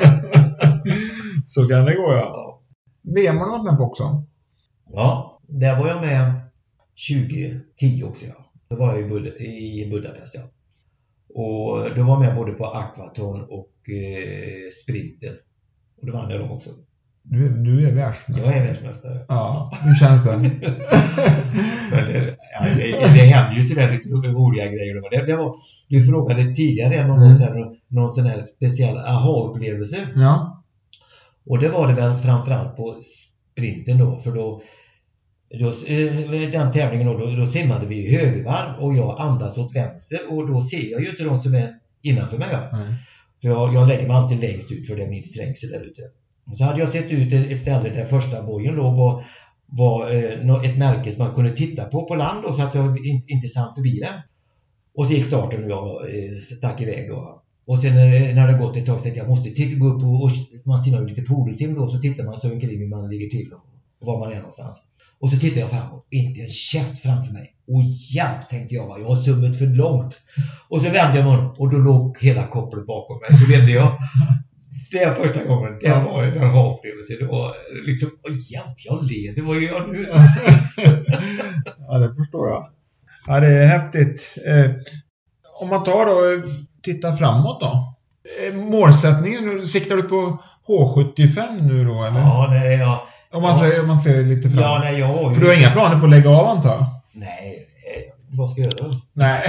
Så kan det gå, ja. V M har du varit med på också? Ja, där var jag med tjugo tio också, ja. Då var jag i, Bud- i Budapest, ja. Och då var jag med både på Aquaton och eh, Sprinter. Och då vann jag dem också. Du, du är världsmästare. Jag är världsmästare. Ja, hur känns det? Men det, ja, det, det händer ju sådär lite roliga grejer. Det, det var, du frågade tidigare någon, mm. sån, någon sån här speciell aha-upplevelse. Ja. Och det var det väl framförallt på Sprinten då. För då, då den tävlingen då, då, då simmade vi i högervarv och jag andas åt vänster. Och då ser jag ju inte de som är innanför mig. Mm. För jag, jag lägger mig alltid längst ut för det är minst trängsel där ute. Och så hade jag sett ut ett ställe där första bojen låg var, var eh, ett märke som man kunde titta på på land och så att jag inte, inte sann förbi det. Och så gick starten och jag eh, stack iväg då. Och sen eh, när det gått ett tag så tänkte jag måste titta, gå upp och, och man simmar lite polosim då, så tittar man så omkring hur man ligger till och, och var man är någonstans. Och så tittar jag framåt, inte en käft framför mig. Och hjälp, tänkte jag, va? Jag har summet för långt. Och så vände jag mig om och då låg hela kopplet bakom mig. Så vände jag. Det är första gången, det var en aha-upplevelse. Det var liksom, åh hjälp, jag leder, vad gör jag nu? Ja, det förstår jag. Ja, det är häftigt. Eh, om man tar då, tittar framåt då. Eh, målsättningen, siktar du på H sjuttiofem nu då, eller? Ja, nej, ja. Om man, ja. ser, om man ser lite framåt. Ja, nej, jag... För du har inga planer på att lägga av, antar jag? Nej, vad ska jag göra? Nej.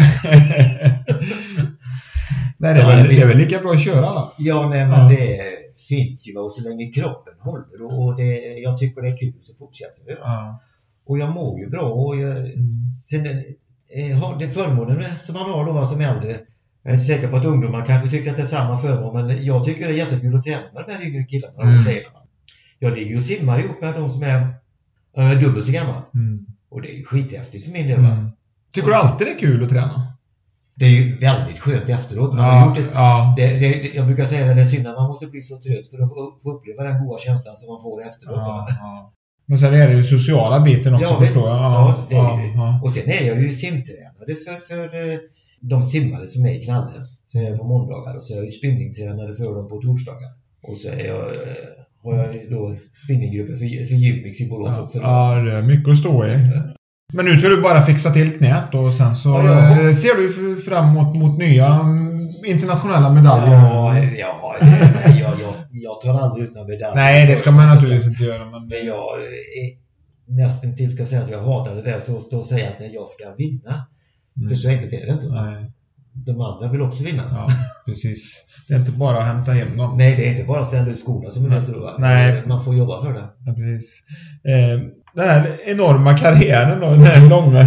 Nej, det är, väl, det är väl lika bra att köra. Ja, nej, men ja. Det finns ju och så länge kroppen håller och det, jag tycker det är kul så fortsätter vi. Ja. Och jag mår ju bra och jag, mm. sen eh, det förmånen som man har då som äldre. Jag är inte säker på att ungdomar kanske tycker att det är samma förmån, men jag tycker det är jättekul att träna med de här yngre killarna och mm. tjejerna. Jag ligger och simmar ihop med de som är äh, dubbelt så gamla. Mm. Och det är ju skithäftigt för min del. Mm. Tycker du alltid det är kul att träna? Det är ju väldigt skönt efteråt. Man ja, har gjort ett, ja. det, det, jag brukar säga att det är synd att man måste bli så trött för att få uppleva den goda känslan som man får efteråt. Ja, ja. Men sen är det ju sociala biten också, ja, förstår jag. Ja, det är ja, ju. Ja. Och sen är jag ju simtränare för, för de simmare som är i Knalle. Så är jag på måndagar och så är jag ju spinningtränare för dem på torsdagar. Och så är jag, har jag då spinninggrupper för, för Gymmix i Borås ja, också. Ja, det är mycket att stå i. Men nu ska du bara fixa till knät och sen så ja, ja. ser du framåt mot nya internationella medaljer. Ja, ja jag, jag, jag, jag tar aldrig ut några medaljer. Nej, det ska man naturligtvis inte göra. Men, men jag är nästan till ska säga att jag hatar det där. Då, då säger jag att när jag ska vinna. Mm. För så enkelt är det inte. Nej. De andra vill också vinna. Ja, precis. Det är inte bara att hämta hem dem. Nej, det är inte bara att ställa ut skorna som är så. Nej. Man får jobba för det. Ja, precis. Eh, den här enorma karriären då, den här långa,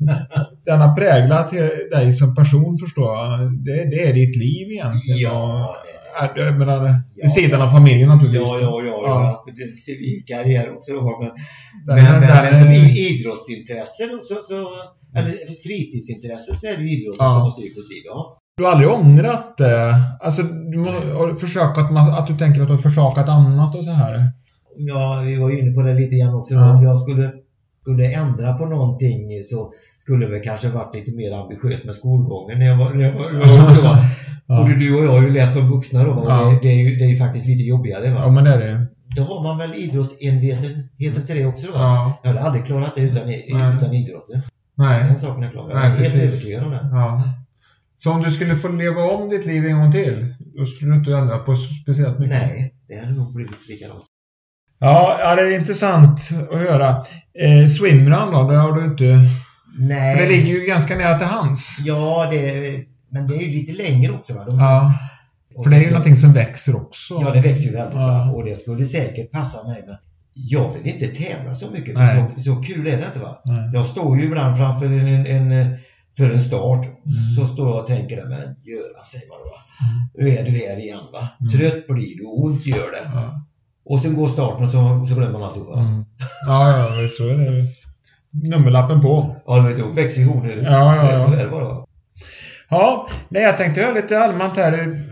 den har präglat dig som person, förstår jag. Det, det är ditt liv egentligen. Ja, det är det. Vid sidan av familjen naturligtvis. Ja, ja, ja. ja. ja. En civil karriär också då. Men, den, men, den, men som idrottsintresse så, så, eller fritidsintresse så är det ju idrotten ja. som har styrt ditt liv. Ja. Du har aldrig ångrat det? Alltså, du har försökt att, att du tänker att du har försökt annat och så här? Ja, vi var inne på det lite grann också. Ja. Om jag skulle, skulle ändra på någonting så skulle det kanske varit lite mer ambitiöst med skolgången när jag var, när jag var, när jag var ja. Både du och jag har ju läst som vuxna då, och ja. det, det, är ju, det är ju faktiskt lite jobbigare. Va? Ja, men det är det. Då har man väl idrottsenheten till det också då, va? Ja. Jag hade aldrig klarat det utan, utan idrotten. Nej. Den saken är klar. Jag är helt övertygad om det. Ja. Så om du skulle få leva om ditt liv en gång till, då skulle du inte ändra på speciellt mycket? Nej, det hade nog blivit likadant. Ja, ja, det är intressant att höra. Eh, Swimrun då, det har du inte... Nej. För det ligger ju ganska nära till hands. Ja, det, men det är ju lite längre också, va? De, ja, för det är ju det, någonting som växer också. Ja, det växer ju väldigt. Ja. Och det skulle säkert passa mig. Men jag vill inte tävla så mycket. För så, så kul är det inte va? Nej. Jag står ju ibland framför en, en, för en start. Mm. Så står jag och tänker, men Göran säger man va. Nu är du här igen va. Mm. Trött blir du, ont gör det. Ja. Och sen går starten och så, så glömmer man alltihopa. Mm. Ja, ja, så är det. Nummerlappen på. Ja, du vet du, växelhorn nu. Ja, ja, ja. Så är det bara va. Ja, nej, jag tänkte höra lite allmänt här.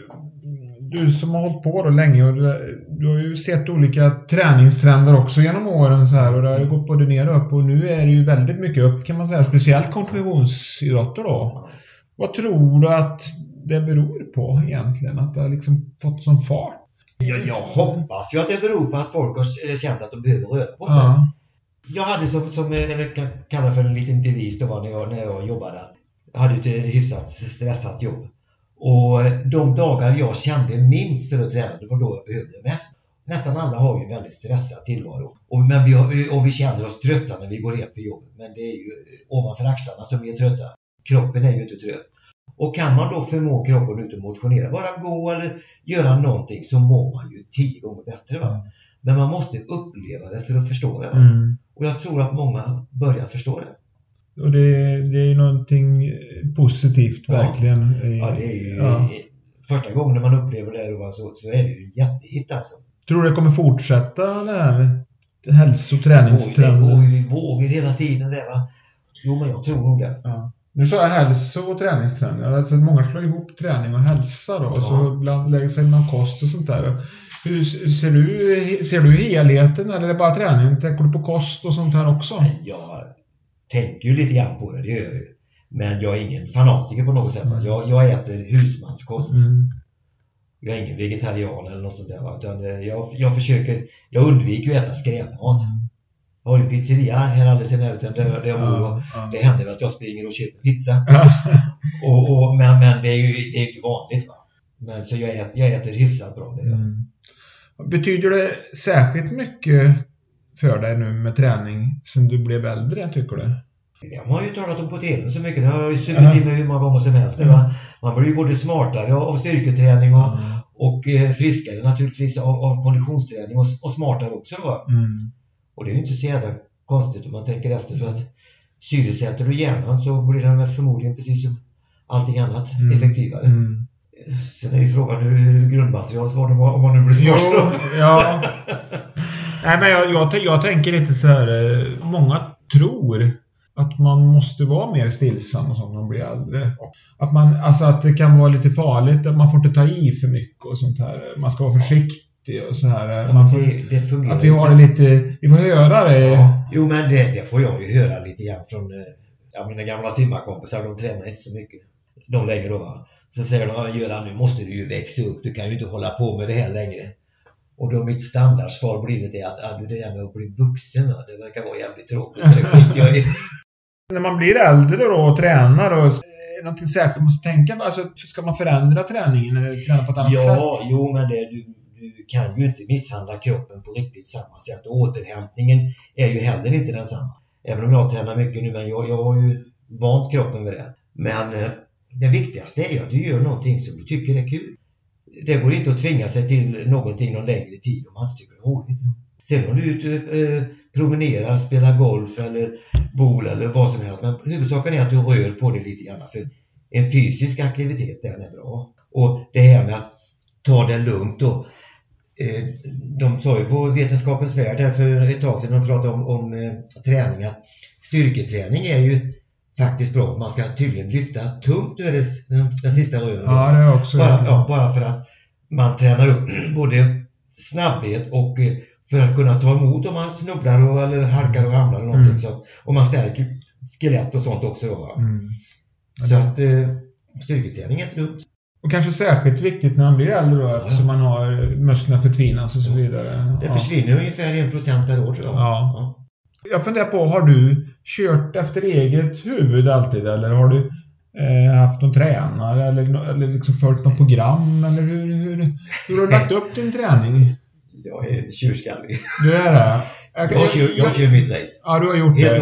Du som har hållit på då länge och du, du har ju sett olika träningstrender också genom åren så här, och det har ju gått både ner och upp och nu är det ju väldigt mycket upp kan man säga, speciellt konditionsidrotter då. Vad tror du att det beror på egentligen, att det har liksom fått sån fart? Ja, jag hoppas ju att det beror på att folk har känt att de behöver röra på sig. Ja. Jag hade som, som jag kan kalla för en liten devis då när jag, när jag jobbade. Jag hade ett hyfsat stressat jobb. Och de dagar jag kände minst för att träna, det var då jag behövde det mest. Nästan alla har ju en väldigt stressad tillvaro. Och, men vi, har, och vi känner oss trötta när vi går hem på jobbet. Men det är ju ovanför axlarna som vi är trötta. Kroppen är ju inte trött. Och kan man då förmå kroppen ut och motionera, bara gå eller göra någonting, så mår man ju tio gånger bättre va. Men man måste uppleva det för att förstå det va? Mm. Och jag tror att många börjar förstå det. Och det, det är ju någonting positivt ja. Verkligen. Ja, det är ju ja. Första gången när man upplever det och så, så är det ju en jättehit alltså. Tror du det kommer fortsätta det här hälso- och träningstrenden? Det går ju i vågor hela tiden det va. Jo, men jag tror nog det. Ja. Nu sa jag hälso- och träningstrend. Alltså många slår ihop träning och hälsa då. Och ja. Så ibland lägger sig man kost och sånt där. Hur ser du, ser du helheten eller är det bara träning? Tänker du på kost och sånt här också? Jag tänker ju lite grann på det, det gör jag ju. Men jag är ingen fanatiker på något sätt. Mm. Jag, jag äter husmanskost. Mm. Jag är ingen vegetarian eller något sånt där. Va? Utan jag, jag försöker, jag undviker att äta skräpmat. Mm. Jag har ju pizzeria här alldeles i närheten där, där jag bor. Ja, ja. Det händer väl att jag springer och köper pizza. och, och, men men det är ju det är inte vanligt va. Men så jag äter, jag äter hyfsat bra det. Mm. Betyder det särskilt mycket för dig nu med träning sen du blev äldre tycker du? Jag har ju talat om på tv så mycket. Det har jag ju sugit in med hur många gånger som helst. Mm. Man blir ju både smartare av styrketräning och, mm. och friskare naturligtvis av, av konditionsträning och, och smartare också då. Mm. Och det är ju inte så jävla konstigt om man tänker efter, för att syresätter du hjärnan så blir den förmodligen precis som allting annat mm. effektivare. Mm. Sen är ju frågan hur, hur grundmaterialet var det, om man nu blir smart. Ja. Nej, men jag, jag, jag tänker lite så här, många tror att man måste vara mer stillsam och sånt när man blir äldre. Att, man, alltså att det kan vara lite farligt, att man får inte ta i för mycket och sånt här. Man ska vara försiktig och så här. Ja, man får, det, det fungerar. Att vi har det lite, vi får höra det. Ja, jo, men det, det får jag ju höra lite grann från ja, mina gamla simmarkompisar. De tränar inte så mycket. De längre då va. Så säger de, Göran, nu måste du ju växa upp. Du kan ju inte hålla på med det här längre. Och då mitt standardsvar blivit det att ah, det där med att bli vuxen, det verkar vara jävligt tråkigt. Så det skiter jag i. När man blir äldre då och tränar och är någonting särskilt man måste tänka på, alltså ska man förändra träningen eller träna på ett annat ja, sätt? Ja, jo men det, du, du kan ju inte misshandla kroppen på riktigt samma sätt. Och återhämtningen är ju heller inte densamma. Även om jag tränar mycket nu, men jag, jag har ju vant kroppen med det. Men eh, det viktigaste är ju att du gör någonting som du tycker är kul. Det går inte att tvinga sig till någonting någon längre tid om man inte tycker det är roligt. Sen om du ute, eh, promenerar, spelar golf eller boll eller vad som helst. Men huvudsaken är att du rör på dig lite grann. För en fysisk aktivitet den är bra. Och det här med att ta det lugnt då. Eh, de sa ju på Vetenskapens värld där för ett tag sedan de pratade om, om eh, träning. Att styrketräning är ju faktiskt bra. Man ska tydligen lyfta tungt. Nu är det den, den sista rören. Ja, det är också. Bara, ja, bara för att man tränar upp både snabbhet och eh, för att kunna ta emot om man snubblar och, eller halkar och ramlar eller någonting. Mm. Så, och man stärker skelett och sånt också. Då, mm. Så att eh, styrketräning är inte dumt. Och kanske särskilt viktigt när man blir äldre då, eftersom man har musklerna förtvinas och så vidare. Det ja. försvinner ungefär en procent per år tror jag. Ja. Ja. Jag funderar på, har du kört efter eget huvud alltid eller har du eh, haft någon tränare eller, eller liksom följt något program eller hur, hur, hur har du lagt upp din träning? Jag är tjurskallig. Du är det? Jag, jag, jag, jag kör mitt race. Ja, du har gjort helt det. Hållet.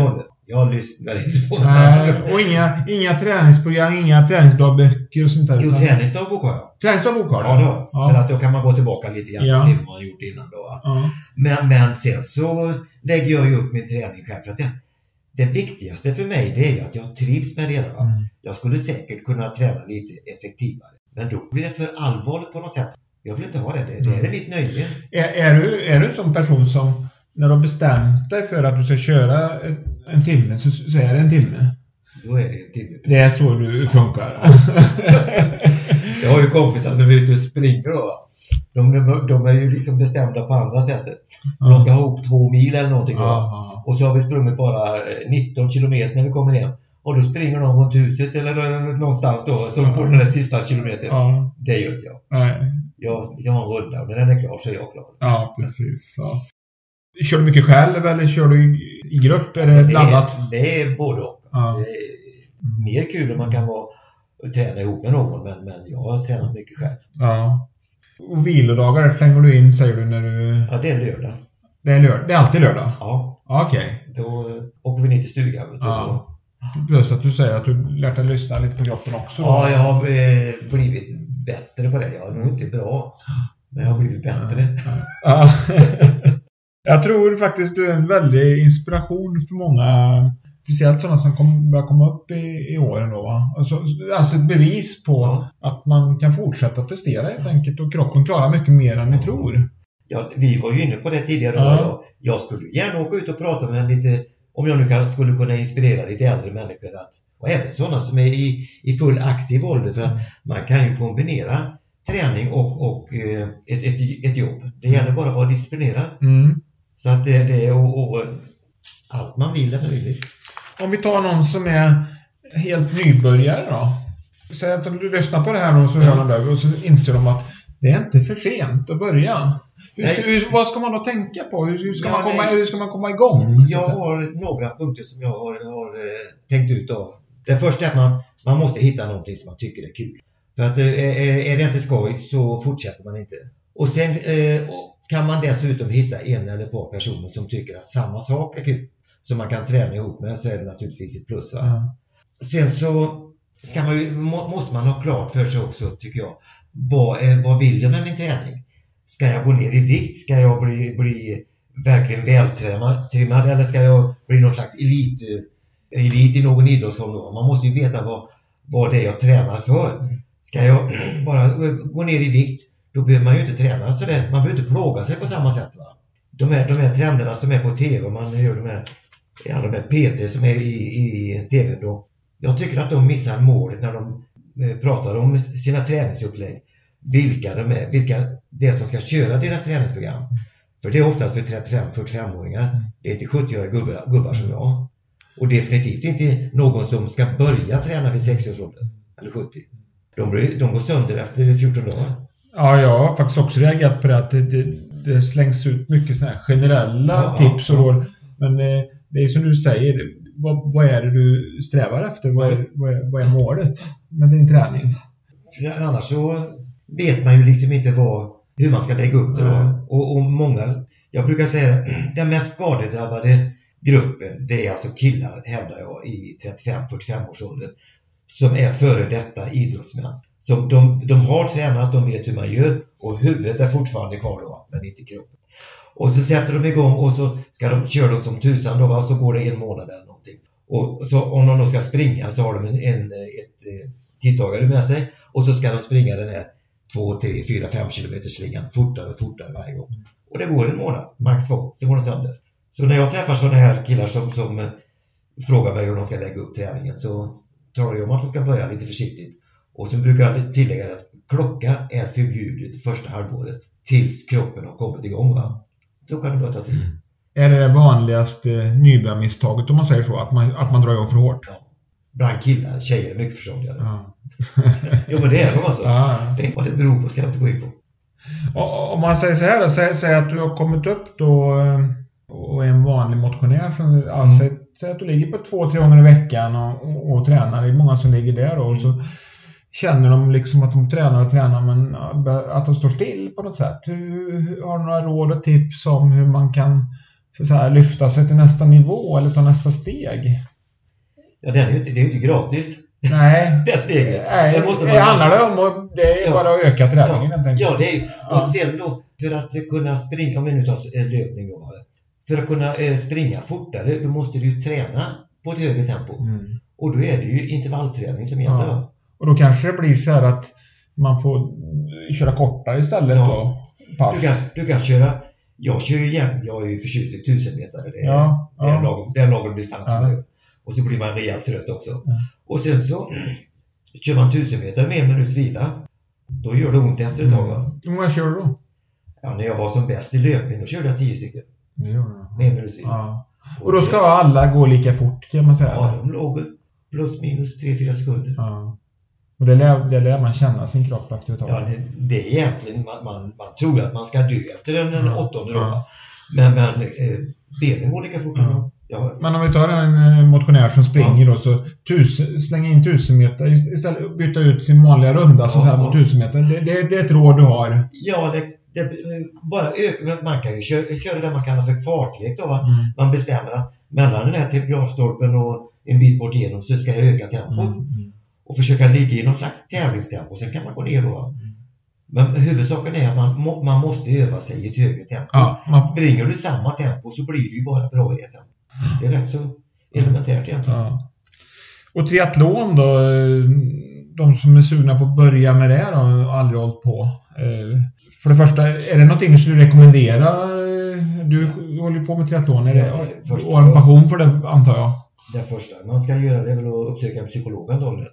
Jag lyssnar inte på Nej, och inga, inga träningsprogram, inga träningsdagböcker och sånt där. Jo, träningsdagbok har jag. Träningsdagbok har du? Ja, då. Ja. För att då kan man gå tillbaka lite grann ja. och se vad man har gjort innan då. Ja. Men, men sen så lägger jag ju upp min träning själv. För att det, det viktigaste för mig det är ju att jag trivs med det. Mm. Jag skulle säkert kunna träna lite effektivare. Men då blir det för allvarligt på något sätt. Jag vill inte ha det. Det, det är mitt nöje. Är, är, du, är du en sån person som när du har bestämt dig för att du ska köra en timme så, så är det en timme? Då är det en timme. Det är så du funkar. Jag har ju kompisar som är ute och springer då. De, de, de är ju liksom bestämda på andra sättet. Ja. De ska ha ihop två mil eller någonting då. Ja. Och så har vi sprungit bara nitton kilometer när vi kommer hem. Och då springer de runt huset eller någonstans då. Så de får den där sista kilometern. Ja. Det gör inte jag. Nej. Jag, jag har en runda och när den är klar så är jag klar. Ja, precis. Ja. Kör du mycket själv eller kör du i, i grupp? Är det, det blandat? Är, det är både och. Ja. Det är mer kul om man kan vara, träna ihop med någon. Men, men jag har tränat mycket själv. Ja. Och vilodagar slänger du in, säger du, när du... Ja, det är lördag. Det är lördag? Det är alltid lördag? Ja. Okej. Okay. Då åker vi ner till stugan. Ja. Plus att du säger att du lärt dig lyssna lite på kroppen också. Då. Ja, jag har eh, blivit bättre på det. Jag är nog inte bra. Men jag har blivit bättre. Ja. Jag tror faktiskt du är en väldig inspiration för många, speciellt sådana som kom, börjar komma upp i, i åren då, va? Alltså, alltså ett bevis på ja. Att man kan fortsätta prestera helt enkelt och kroppen klarar mycket mer än vi tror. Ja, vi var ju inne på det tidigare. Ja. Jag, jag skulle gärna åka ut och prata med lite, om jag nu kan, skulle kunna inspirera lite äldre människor att, och även sådana som är i, i full aktiv ålder, för att man kan ju kombinera träning och, och ett, ett, ett jobb. Det gäller bara att vara disciplinerad. Mm. Så att det, det är och, och, allt man vill är möjligt. Om vi tar någon som är helt nybörjare då. Säg att du lyssnar på det här och så hör de där och så inser de att det är inte för sent att börja. Hur, hur, vad ska man då tänka på? Hur, hur, ska, ja, man komma, hur ska man komma igång? Jag har några punkter som jag har, har tänkt ut av. Det första är att man, man måste hitta någonting som man tycker är kul. För att är, är det inte skoj så fortsätter man inte. Och sen eh, kan man dessutom hitta en eller ett par personer som tycker att samma sak är kul. Som man kan träna ihop med, så är det naturligtvis ett plus. Va? Mm. Sen så ska man ju, må, måste man ha klart för sig också, tycker jag. Vad, är, vad vill jag med min träning? Ska jag gå ner i vikt? Ska jag bli, bli verkligen vältrimmad? Eller ska jag bli någon slags elit, elit i någon idrottsform då? Man måste ju veta vad, vad det är jag tränar för. Ska jag bara gå ner i vikt? Då behöver man ju inte träna så där. Man behöver inte plåga sig på samma sätt. Va? De här, de här trenderna som är på tv, man gör de här, ja, de här P T som är i, i tv då. Jag tycker att de missar målet när de eh, pratar om sina träningsupplägg. Vilka de är, vilka det är som ska köra deras träningsprogram. För det är oftast för trettiofem till fyrtiofem-åringar. Det är inte sjuttio-åriga gubbar, gubbar som jag. Och definitivt inte någon som ska börja träna vid sextio-årsåldern. Eller sjuttio. De, de går sönder efter fjorton dagar. Ja, jag har faktiskt också reagerat på det att det, det, det slängs ut mycket såna här generella ja, tips och råd. Men eh, det är som du säger, vad, vad är det du strävar efter? Vad är, vad är, vad är målet med din träning? För annars så vet man ju liksom inte vad, hur man ska lägga upp det då. Mm. Och, och många, jag brukar säga, den mest skadedrabbade gruppen, det är alltså killar, hävdar jag, i trettiofem till fyrtiofem års ålder. Som är före detta idrottsmän. Som de, de har tränat, de vet hur man gör och huvudet är fortfarande kvar då, men inte kroppen. Och så sätter de igång och så ska de köra dem som tusan då, och så går det en månad eller någonting. Och så om de då ska springa så har de en, en ett tidtagare med sig och så ska de springa den här två, tre, fyra, fem kilometer slingan fortare och fortare varje gång. Och det går en månad, max två, så går det sönder. Så när jag träffar sådana här killar som, som frågar mig hur de ska lägga upp träningen så talar jag om att de ska börja lite försiktigt. Och så brukar jag tillägga att klocka är förbjudet första halvåret tills kroppen har kommit igång. Va? Då kan det börja ta tid. Mm. Är det det vanligaste nybörjarmisstaget om man säger så? Att man, att man drar igång för hårt? Ja. Bland killar, tjejer är mycket förståndigare. Ja. Jo men det är de alltså. Ja. Det är vad det beror på ska jag inte gå in på. Och, om man säger så här då, säg, säg att du har kommit upp då och är en vanlig motionär från, alltså, mm. säg att du ligger på två, tre gånger i veckan och, och, och tränar. Det är många som ligger där och så känner de liksom att de tränar och tränar men att de står still på något sätt. Hur, har du några råd och tips om hur man kan för så här, lyfta sig till nästa nivå eller ta nästa steg? Ja, den är ju inte, det är ju inte gratis. Nej. Det steget. Nej, det, måste man... det handlar det om och det är ja. bara att öka träningen. Ja, ja det är ju. Ja. Och sen då, för att kunna springa, om vi nu tar löpning då, för att kunna eh, springa fortare, då måste du ju träna på ett högre tempo. Mm. Och då är det ju intervallträning som gäller. Ja. Och då kanske det blir så här att man får köra kortare istället ja. då. Pass. Du kan, du kan köra, jag kör ju igen, jag är ju förtjust i tusen meter. Det är, ja. det är ja. en lagom, det är en lagom distans ja. som jag gör. Och så blir man rejält trött också. Ja. Och sen så kör man tusen meter med en minuts vila. Då gör det ont efter ett tag. Va? Hur många kör du då? Ja, när jag var som bäst i löpning, då körde jag tio stycken. Det gör du. Med en minuts vila. Ja. Och då ska alla gå lika fort kan man säga? Ja, de låg plus minus tre fyra sekunder. Ja. Och det lär, det lär man känna sin kropp efter ett tag. Ja, det, det är egentligen, man, man, man tror att man ska dö efter den, den ja. åttonde då. Ja. Men, men eh, benen går lika fort. Ja. Ja. Men om vi tar en motionär som springer ja. då, så tusen, slänga in tusen meter istället byta ut sin vanliga runda ja, så här ja. mot tusen meter. Det, det, det är ett råd du har. Ja, det, det, bara öka, man kan ju köra, köra det man kallar för fartlek då. Va? Mm. Man bestämmer att mellan den här telegrafstolpen och en bit bort igenom så ska jag öka tempot. Mm. Mm. Och försöka ligga i någon slags tävlingstempo. Sen kan man gå ner då. Va? Mm. Men huvudsaken är att man, må, man måste öva sig i ett högre tempo. Ja, man... Springer du i samma tempo så blir det ju bara bra i ett tempo. Det är rätt så elementärt egentligen. Ja. Och triathlon då, de som är sugna på att börja med det då, har aldrig hållit på. För det första, är det någonting du skulle rekommendera? Du håller på med triathlon, är det? Ja, det första, och en passion för det antar jag. Det första man ska göra det är väl att uppsöka en psykolog antagligen.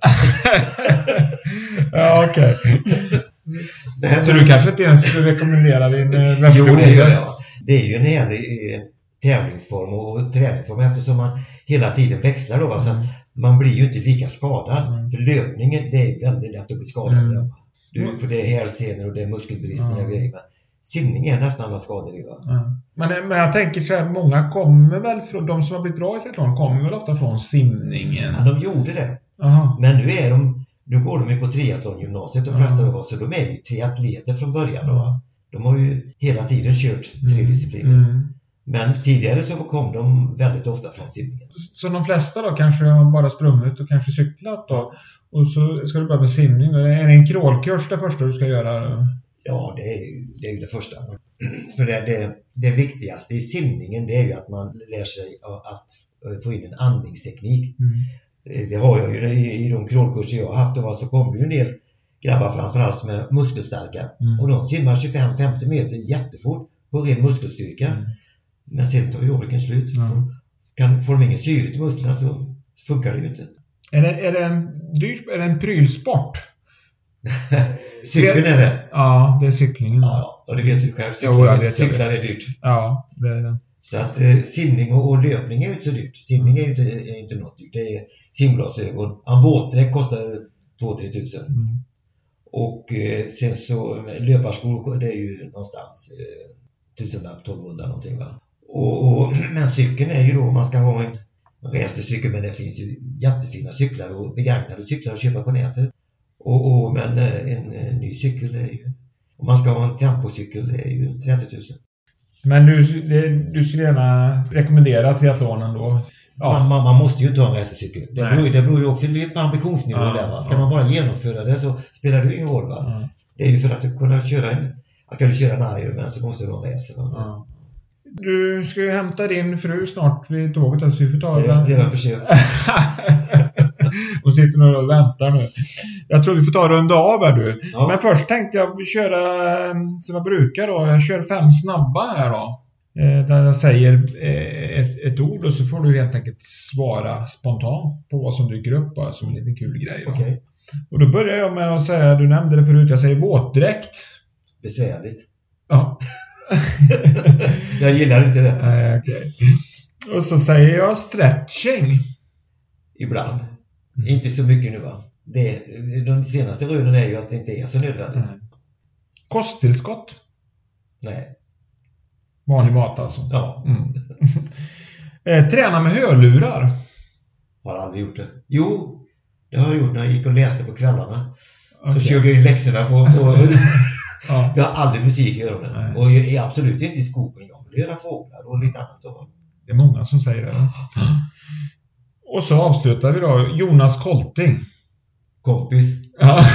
Ja, okej. Okay. Så du kanske inte ens skulle rekommendera din värsta Jo, det gör jag. Det är ju en härlig tävlingsform och träningsform eftersom man hela tiden växlar då, va? Så att man blir ju inte lika skadad. Mm. För löpningen, det är väldigt lätt att bli skadad. Mm. Du, för det är hälsenor och det är muskelbristningar och grejer. Men simning är nästan alla skador. Mm. Men, men jag tänker så här, många kommer väl från, de som har blivit bra i triathlon kommer väl ofta från simningen? Ja, de gjorde det. Aha. Men nu är de, nu går de ju på triathlongymnasiet de flesta av oss, så de är ju triatleter från början då. Mm. De har ju hela tiden kört tre mm. discipliner. Mm. Men tidigare så kom de väldigt ofta från simningen. Så de flesta då kanske har bara sprungit och kanske cyklat då. Och så ska du börja med simning. Är det en crawlkurs det första du ska göra? Ja, det är ju det, är ju det första. För det, det, det viktigaste i simningen, det är ju att man lär sig att få in en andningsteknik. Mm. Det har jag ju i, i de crawlkurser jag har haft. Och så kommer ju en del grabbar framförallt som är muskelstarka. Mm. Och de simmar tjugofem till femtio meter jättefort på ren muskelstyrka. Mm. Men sen tar ju orken slut. Ja. Kan, får de ingen syre till musklerna så funkar det ju inte. Är det, är det en dyr, är det en prylsport? Cykeln är det. Ja, det är cyklingen. Ja, och det vet du själv. Cyklar, jo, jag vet, jag cyklar vet. är dyrt. Ja, det är det. Så att eh, simning och, och löpning är ju inte så dyrt. Simning är ju inte, är inte något dyrt. Det är simglasögon. En våtdräkt kostar två till tre tusen. Mm. Och eh, sen så löparskor, det är ju någonstans eh, tusenlapp, tolvhundra någonting va. Och, och, men cykeln är ju då, man ska ha en racercykel, men det finns ju jättefina cyklar och begagnade cyklar att köpa på nätet. Och, och, men en, en ny cykel är ju, om man ska ha en tempocykel, det är ju trettio tusen. Men du, det, du skulle gärna rekommendera triathlonen då? Ja. Man, man, man måste ju ta en racercykel. Det beror, det beror ju också på ambitionsnivå ja, där va. Ska ja. man bara genomföra det så spelar det ingen roll va. Ja. Det är ju för att kunna köra en, att ska du köra en Ironman så måste du ha en racer va. Ja. Du ska ju hämta din fru snart vid tåget, så vi får ta det. Är redan för sent. Hon sitter nu och väntar nu. Jag tror vi får ta runda av här du. Ja. Men först tänkte jag köra som jag brukar då. Jag kör fem snabba här då. Där jag säger ett, ett ord och så får du helt enkelt svara spontant på vad som dyker upp bara som en liten kul grej. Då. Okay. Och då börjar jag med att säga, du nämnde det förut, jag säger våtdräkt. Besvärligt. Ja. Jag gillar inte det. Nej, okay. Och så säger jag stretching. Ibland. Mm. Inte så mycket nu va. Det, de senaste rönen är ju att det inte är så nödvändigt. Mm. Kosttillskott? Nej. Vanlig mat alltså? Ja. Mm. eh, träna med hörlurar? Har aldrig gjort det. Jo, det har jag gjort när jag gick och läste på kvällarna. Okay. Så körde jag in läxorna på... på ja. Jag har aldrig musik i öronen. Och jag är absolut inte i skogen. Jag göra fåglar och lite annat då. Det är många som säger det. Och så avslutar vi då. Jonas Kolting. Kompis. Ja.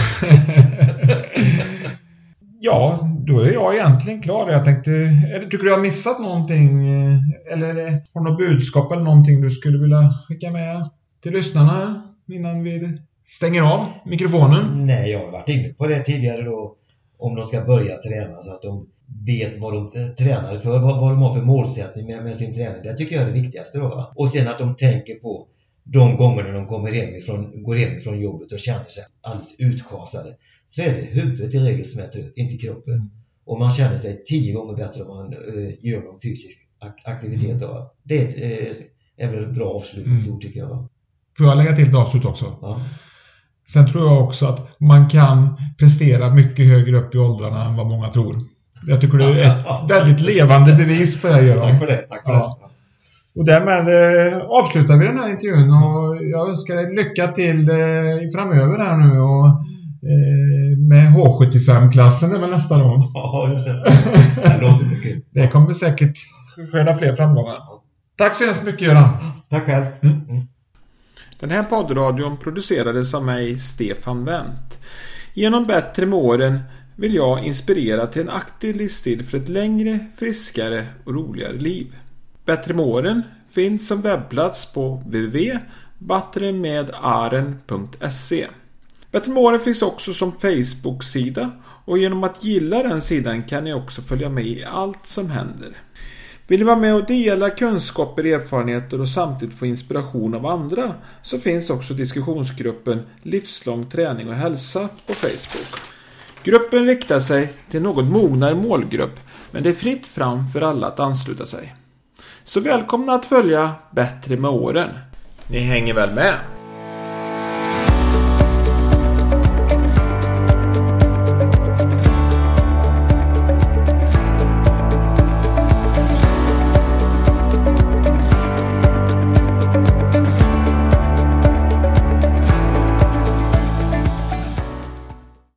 Ja, då är jag egentligen klar. Jag tänkte, eller tycker du jag har missat någonting? Eller har du något budskap eller någonting du skulle vilja skicka med till lyssnarna innan vi stänger av mikrofonen? Nej, jag har varit inne på det tidigare då. Om de ska börja träna så att de vet vad de tränar för, vad, vad de har för målsättning med, med sin träning. Det tycker jag är det viktigaste då. Va? Och sen att de tänker på de gångerna de kommer hem ifrån, går hem ifrån jobbet och känner sig alldeles utschasade. Så är det huvudet i regel som är trött, inte kroppen. Mm. Och man känner sig tio gånger bättre om man uh, gör någon fysisk ak- aktivitet. Då. Det är, är väl bra avslutningsord mm. tycker jag. Va? Får jag lägga till ett avslut också? Ja. Sen tror jag också att man kan prestera mycket högre upp i åldrarna än vad många tror. Jag tycker det är ett väldigt levande bevis för det, Göran. Tack för det. Tack för ja. det. Och därmed eh, avslutar vi den här intervjun och jag önskar dig lycka till eh, framöver här nu och eh, med H sjuttiofem-klassen är väl nästa gång. Ja, just det. Det låter mycket. Det kommer säkert skörda fler framgångar. Tack så hemskt mycket, Göran. Tack själv. Mm. Mm. Den här poddradion producerades av mig, Stefan Wendt. Genom Bättre med åren vill jag inspirera till en aktiv livsstil för ett längre, friskare och roligare liv. Bättre med åren finns som webbplats på w w w punkt batteremedaren punkt se. Bättre med åren finns också som Facebook-sida och genom att gilla den sidan kan ni också följa med i allt som händer. Vill ni vara med och dela kunskaper, erfarenheter och samtidigt få inspiration av andra så finns också diskussionsgruppen Livslång träning och hälsa på Facebook. Gruppen riktar sig till något mognare målgrupp men det är fritt fram för alla att ansluta sig. Så välkomna att följa Bättre med åren. Ni hänger väl med?